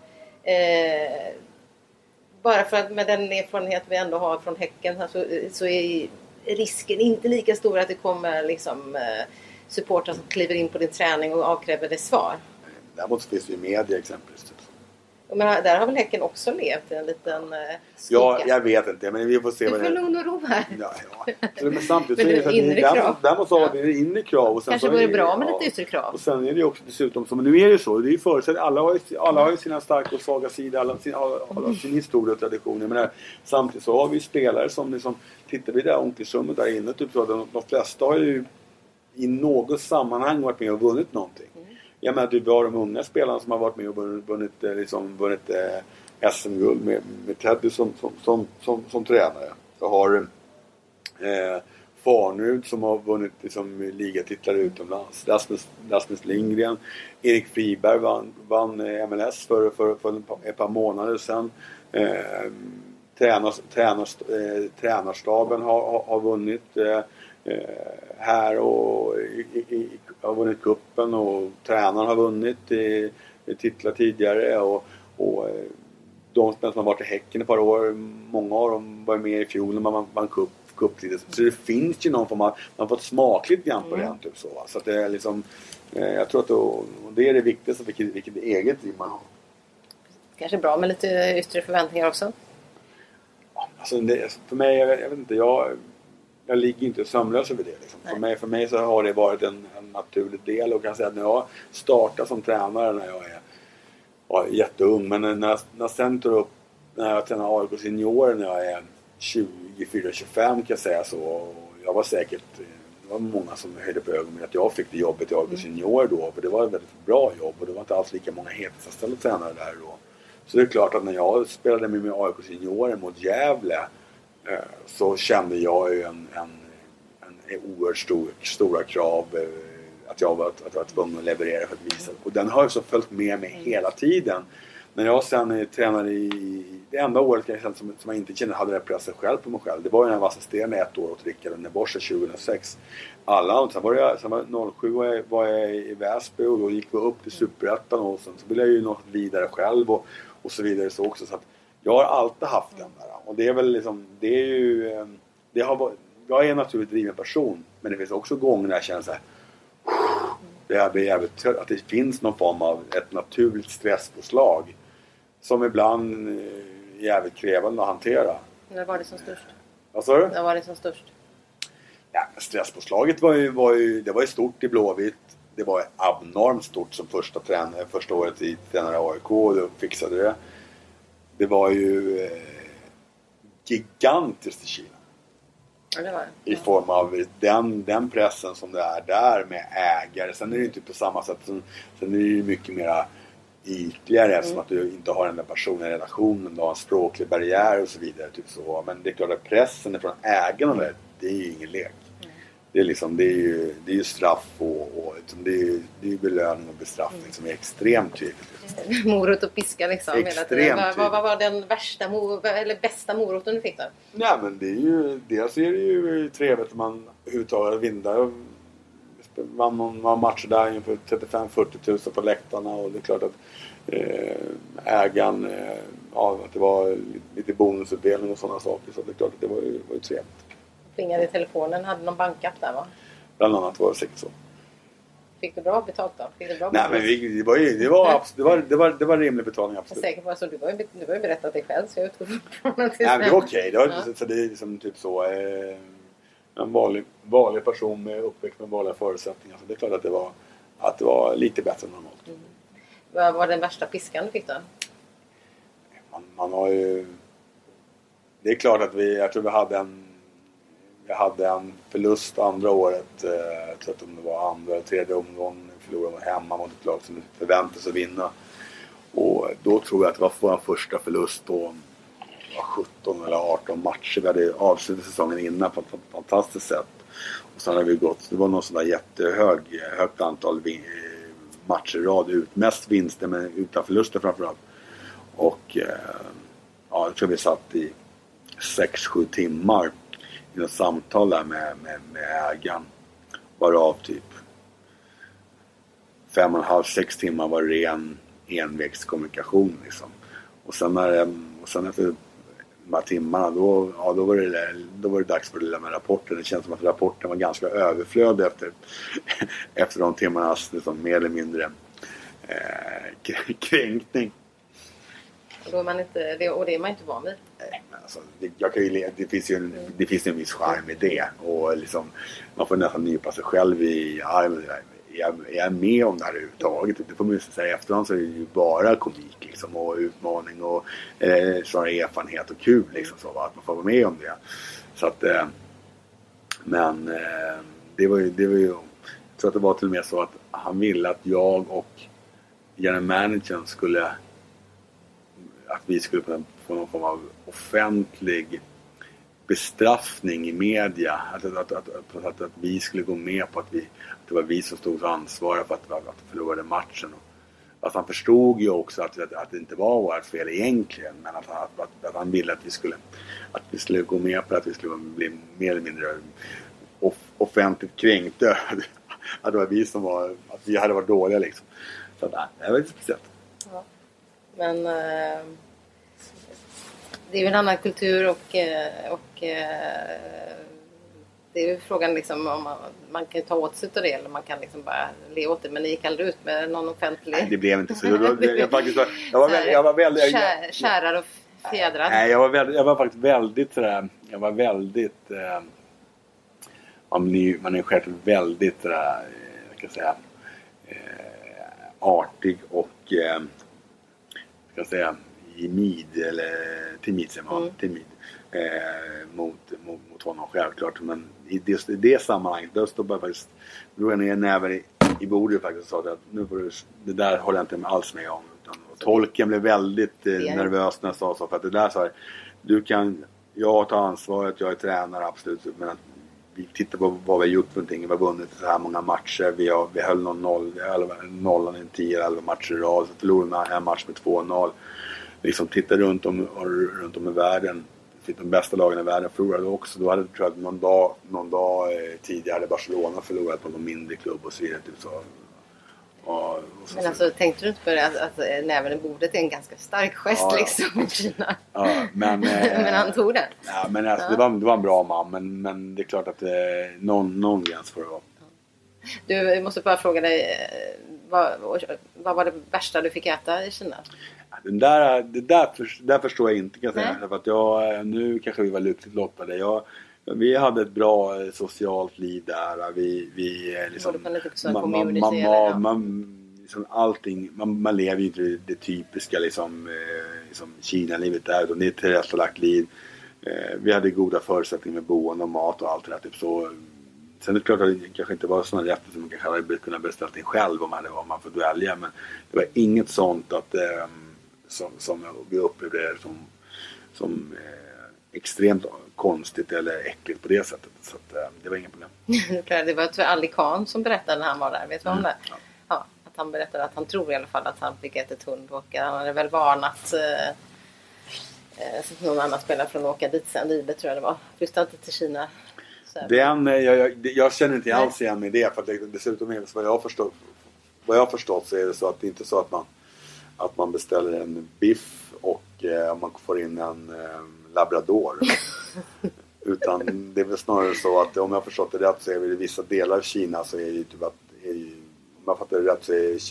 Bara för att med den erfarenhet vi ändå har från Häcken så är risken inte lika stor att det kommer liksom supportrar som kliver in på din träning och avkräver dig svar. Däremot finns det ju media exempelvis. Men där har väl Häcken också levt i en liten skugga? Ja, jag vet inte, men vi får se. Du får lugn och ro här. Ja. Men samtidigt men så är det så att där måste ha vi inre krav. Och sen kanske vore bra med lite yttre krav. Och sen är det ju också dessutom, som nu är det ju så, det är ju förutsatt, alla har ju sina starka och svaga sidor, alla sin historia och traditioner. Men samtidigt så har vi spelare som liksom, tittar vi där omklädningsrummet där inne, typ så, de flesta har ju i något sammanhang varit med och vunnit någonting. Jag menar, vi har de unga spelarna som har varit med och vunnit SM-guld med Teddy som tränare. Jag har Farnud som har vunnit liksom, ligatitlar utomlands. Rasmus Lindgren. Erik Friberg vann MLS för ett par månader sedan. Tränarstaben har vunnit här och har vunnit kuppen, och tränaren har vunnit titlar tidigare, och de som har varit i Häcken ett par år, många av dem var med i fjol när man vann kupptider, så det finns ju någon form av, man har fått smakligt grann på det typ så att det är liksom, jag tror att det är det viktigaste, vilket eget liv man har. Kanske bra med lite yttre förväntningar också. Alltså för mig, jag vet inte, jag ligger inte sömnlös över det. Liksom. För mig så har det varit en naturlig del, och kan säga att när jag startar som tränare när jag är jätteung, men när jag sen tar upp, när jag tränar AIK seniorer när jag är 24-25 kan jag säga så, och jag var säkert, det var många som höjde på ögonen att jag fick det jobbet i AIK seniorer då, för det var ett väldigt bra jobb, och det var inte alls lika många heltidsanställda tränare där då. Så det är klart att när jag spelade med AIK seniorer mot Gävle, så kände jag ju en oerhört stora krav att jag var tvungen att leverera för att visa. Och den har ju så följt med mig hela tiden. När jag sen tränade i det enda året som jag inte kände hade den pressen själv på mig själv. Det var ju när jag var assisterande ett år åt Rickard Neborsa 2006. Sen var 07 var jag i Väsby, och då gick vi upp till Superettan, och sen så ville jag ju något vidare själv och så vidare så också. Så att jag har alltid haft den där. Och det är väl liksom, jag är en naturligt driven person, men det finns också gånger när jag känner så här, det blir jävligt trött, att det finns någon form av ett naturligt stresspåslag som ibland är jävligt krävande att hantera. När var det som störst? Vad sa du? När var det som störst? Ja, stresspåslaget var ju stort i Blåvitt. Det var abnormt stort som första året i tränare AIK, och då fixade det. Det var ju gigantiskt i Kina. Ja, det var det. I form av den pressen som det är där med ägare. Sen är det inte på samma sätt. Sen är det ju mycket mer ytligare eftersom att du inte har den där personliga relationen. Du har en språklig barriär och så vidare. Typ så. Men det är klart att pressen från ägarna där, det är ju ingen lek. det är ju straff och liksom, det är ju belöning och bestraffning som är extremt tydligt. Morot och piska liksom. Extremt vad var den värsta eller bästa moroten du fick då? Nej, men det är ju, dels är det ju trevligt att man överhuvudtaget vinner. Vann någon match där inför 35-40 000 på läktarna, och det är klart att ägaren, att det var lite bonusutdelning och sådana saker, så det är klart att det var ju trevligt. Plingade i telefonen, hade någon bankapp där va? Bland annat var det säkert så. Fick du bra betalt då? Nej, men det var rimlig betalning, absolut. Jag är säker på att du var ju berättat det själv, så jag utgår från att Nej, men det var okej. Så det är liksom typ så en vanlig person med uppväxt med vanliga förutsättningar, så det är klart att det var lite bättre än normalt. Vad var den värsta piskan du fick då? Man har ju, det är klart att jag tror vi hade en förlust andra året, jag tror att det var andra eller tredje omgången, förlorade hemma mot ett lag som förväntade sig vinna, och då tror jag att det var vår första förlust då. 17 eller 18 matcher. Vi hade avslutat säsongen innan på ett fantastiskt sätt. Och sen har vi gått, det var något sådär högt antal matcher i rad ut. Mest vinster men utan förluster framförallt. Och jag tror vi satt i 6-7 timmar i något samtal där med ägaren. Varav typ 5,5-6 timmar var ren envägskommunikation liksom. Och sen efter de här timmarna då var det dags för det där med rapporten. Det känns som att rapporten var ganska överflödig efter de timmarnas liksom, mer eller mindre kränkning. Och då är man inte, och det är man inte van vid. Nej, men alltså, det finns ju en viss charm i det, och liksom, man får nästan nypa sig själv i armen. Jag är med om det här överhuvudtaget. Det får man ju säga efterhand, så är det ju bara komik liksom, och utmaning och snarare erfarenhet och kul liksom, så att man får vara med om det. Så att men det var ju jag tror att det var till och med så att han ville att jag och general managern vi skulle få någon form av offentlig bestraffning i media, att vi skulle gå med på att det var vi som stod ansvariga för att förlorade matchen. Att han förstod ju också att det inte var vårt fel egentligen, men att han ville att vi skulle gå med på att vi skulle bli mer eller mindre offentligt kränkta, att det var vi som var, att vi hade varit dåliga liksom. Så det var lite speciellt. Ja. Men det är ju en annan kultur och det är ju frågan liksom om man kan ta åt sig av det, eller man kan liksom bara le åt det, men ni gick aldrig ut med någon offentlig. Nej, det blev inte så. Jag var väldigt kärar och fjädrar. Nej, jag var faktiskt väldigt sådär, man är själv väldigt sådär, jag kan säga artig och ska säga timid mot honom självklart, men i det sammanhanget då stod jag faktiskt, drog jag ner näven i bordet faktiskt och sa att nu får det där håller jag inte alls med om, och tolken blev väldigt nervös när jag sa så, för att det där sa jag tar ansvaret, jag är tränare absolut, men att vi tittar på vad vi har gjort för någonting, vi har vunnit så här många matcher, vi höll nollan i 10-11 matcher i rad, så förlorade en match med 2-0. Liksom titta runt om i världen, de bästa lagen i världen förlorade också. Då hade jag tror att någon dag tidigare hade Barcelona förlorat på någon mindre klubb och så vidare typ så. Men alltså tänkte du inte på det att näven i bordet är en ganska stark gest liksom i Kina? Ja, men han tog den. Ja, men alltså, det var en bra man, men det är klart att någon gräns får det vara. Du, jag måste bara fråga dig, vad var det värsta du fick äta i Kina? Det där förstår jag inte, kan jag säga. För att nu kanske vi var lyckligt lottade. Vi hade ett bra socialt liv där. Vi liksom, man lever ju inte det typiska liksom Kina-livet där, utan det är ett tillrättalagt liv. Vi hade goda förutsättningar med boende och mat och allt det där typ så. Sen är det klart att det kanske inte var sådana rätter som man kanske hade kunnat beställa in själv om man får välja, men det var inget sånt att som vi upplevde som extremt konstigt eller äckligt på det sättet. Så att, det var inga problem. Det var Ali Khan som berättade när han var där. Vet du om det? Ja, att han berättade att han tror i alla fall att han fick ett hund. Och han hade väl varnat någon annan spelare från att åka dit sen. Livet tror jag det var. Flyttade inte till Kina. Jag känner inte alls igen med det. För att dessutom vad jag har förstått så är det så att det inte är så att man beställer en biff och man får in en labrador. Utan det är väl snarare så att om jag har förstått det rätt så är det i vissa delar av Kina så är det typ att om jag fattar det rätt så är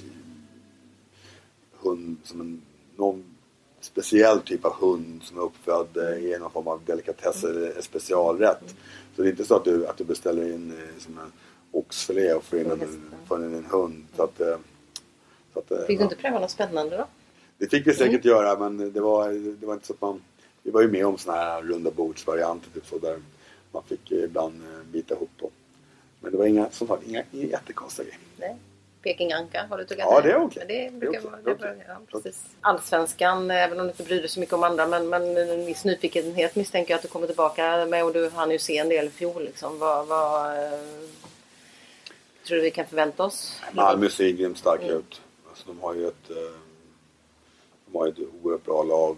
hund som någon speciell typ av hund som är uppfödd i någon form av delikatess eller specialrätt. Så det är inte så att du beställer in som en oxfilé och får in en hund. Så att, fick du inte pröva något spännande då? Det fick vi säkert göra, men det var inte så att vi var ju med om såna här runda bordsvarianter typ så där man fick ibland bita ihop då. Men det var inga jättekonstiga grejer. Nej. Peking-anka, har du tyckt att det är okej? Det brukar vara precis. Allsvenskan, även om du inte bryr dig så mycket om andra, men en viss nyfikenhet misstänker jag att du kommer tillbaka med, och du hann ju se en del i fjol liksom. Vad tror du vi kan förvänta oss? Malmö ser grymt starkt ut. Alltså, de har ju ett oerhört bra lag.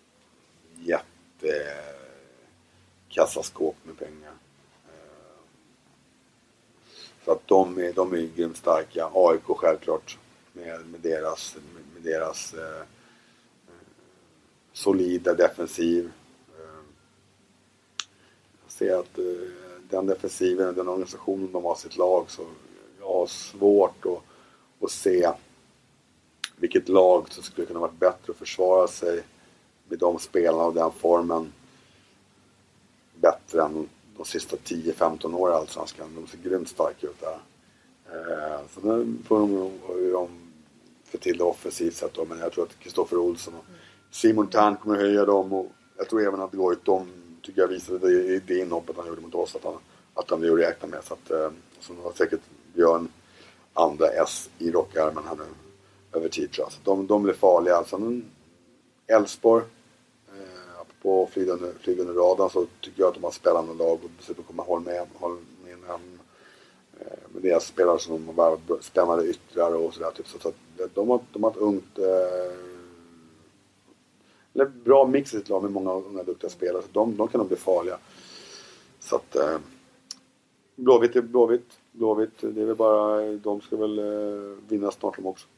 Kassaskåp med pengar. Så att de är grymt starka. AIK självklart med deras solida defensiv. Jag ser att den defensiven, den organisationen de har sitt lag, så jag har svårt att se vilket lag som skulle kunna vara bättre att försvara sig med de spelarna och den formen bättre än de sista 10-15 åren allsvenskan. De ser grymt starka ut där. Så nu får de för till det offensivt sätt då, men jag tror att Kristoffer Olsson och Simon Tern kommer höja dem, och jag tror även att det går ut dem, tycker jag visade det inhoppet han gjorde mot oss att han blev räkna med, så att så har säkert Björn andra S i rockarmen här nu över tid, tror jag. Så de blir farliga. Alltså Elfsborg på flygande radarn, så tycker jag att de har spelande lag, och dessutom kommer hålla med deras spelare som de bara spännande yttrar och sådär typ. Så att de har ett ungt eller bra mix i sitt lag med många unga duktiga spelare, så de kan nog bli farliga. Så att Blåvitt, det är väl bara, de ska väl vinna snart de också.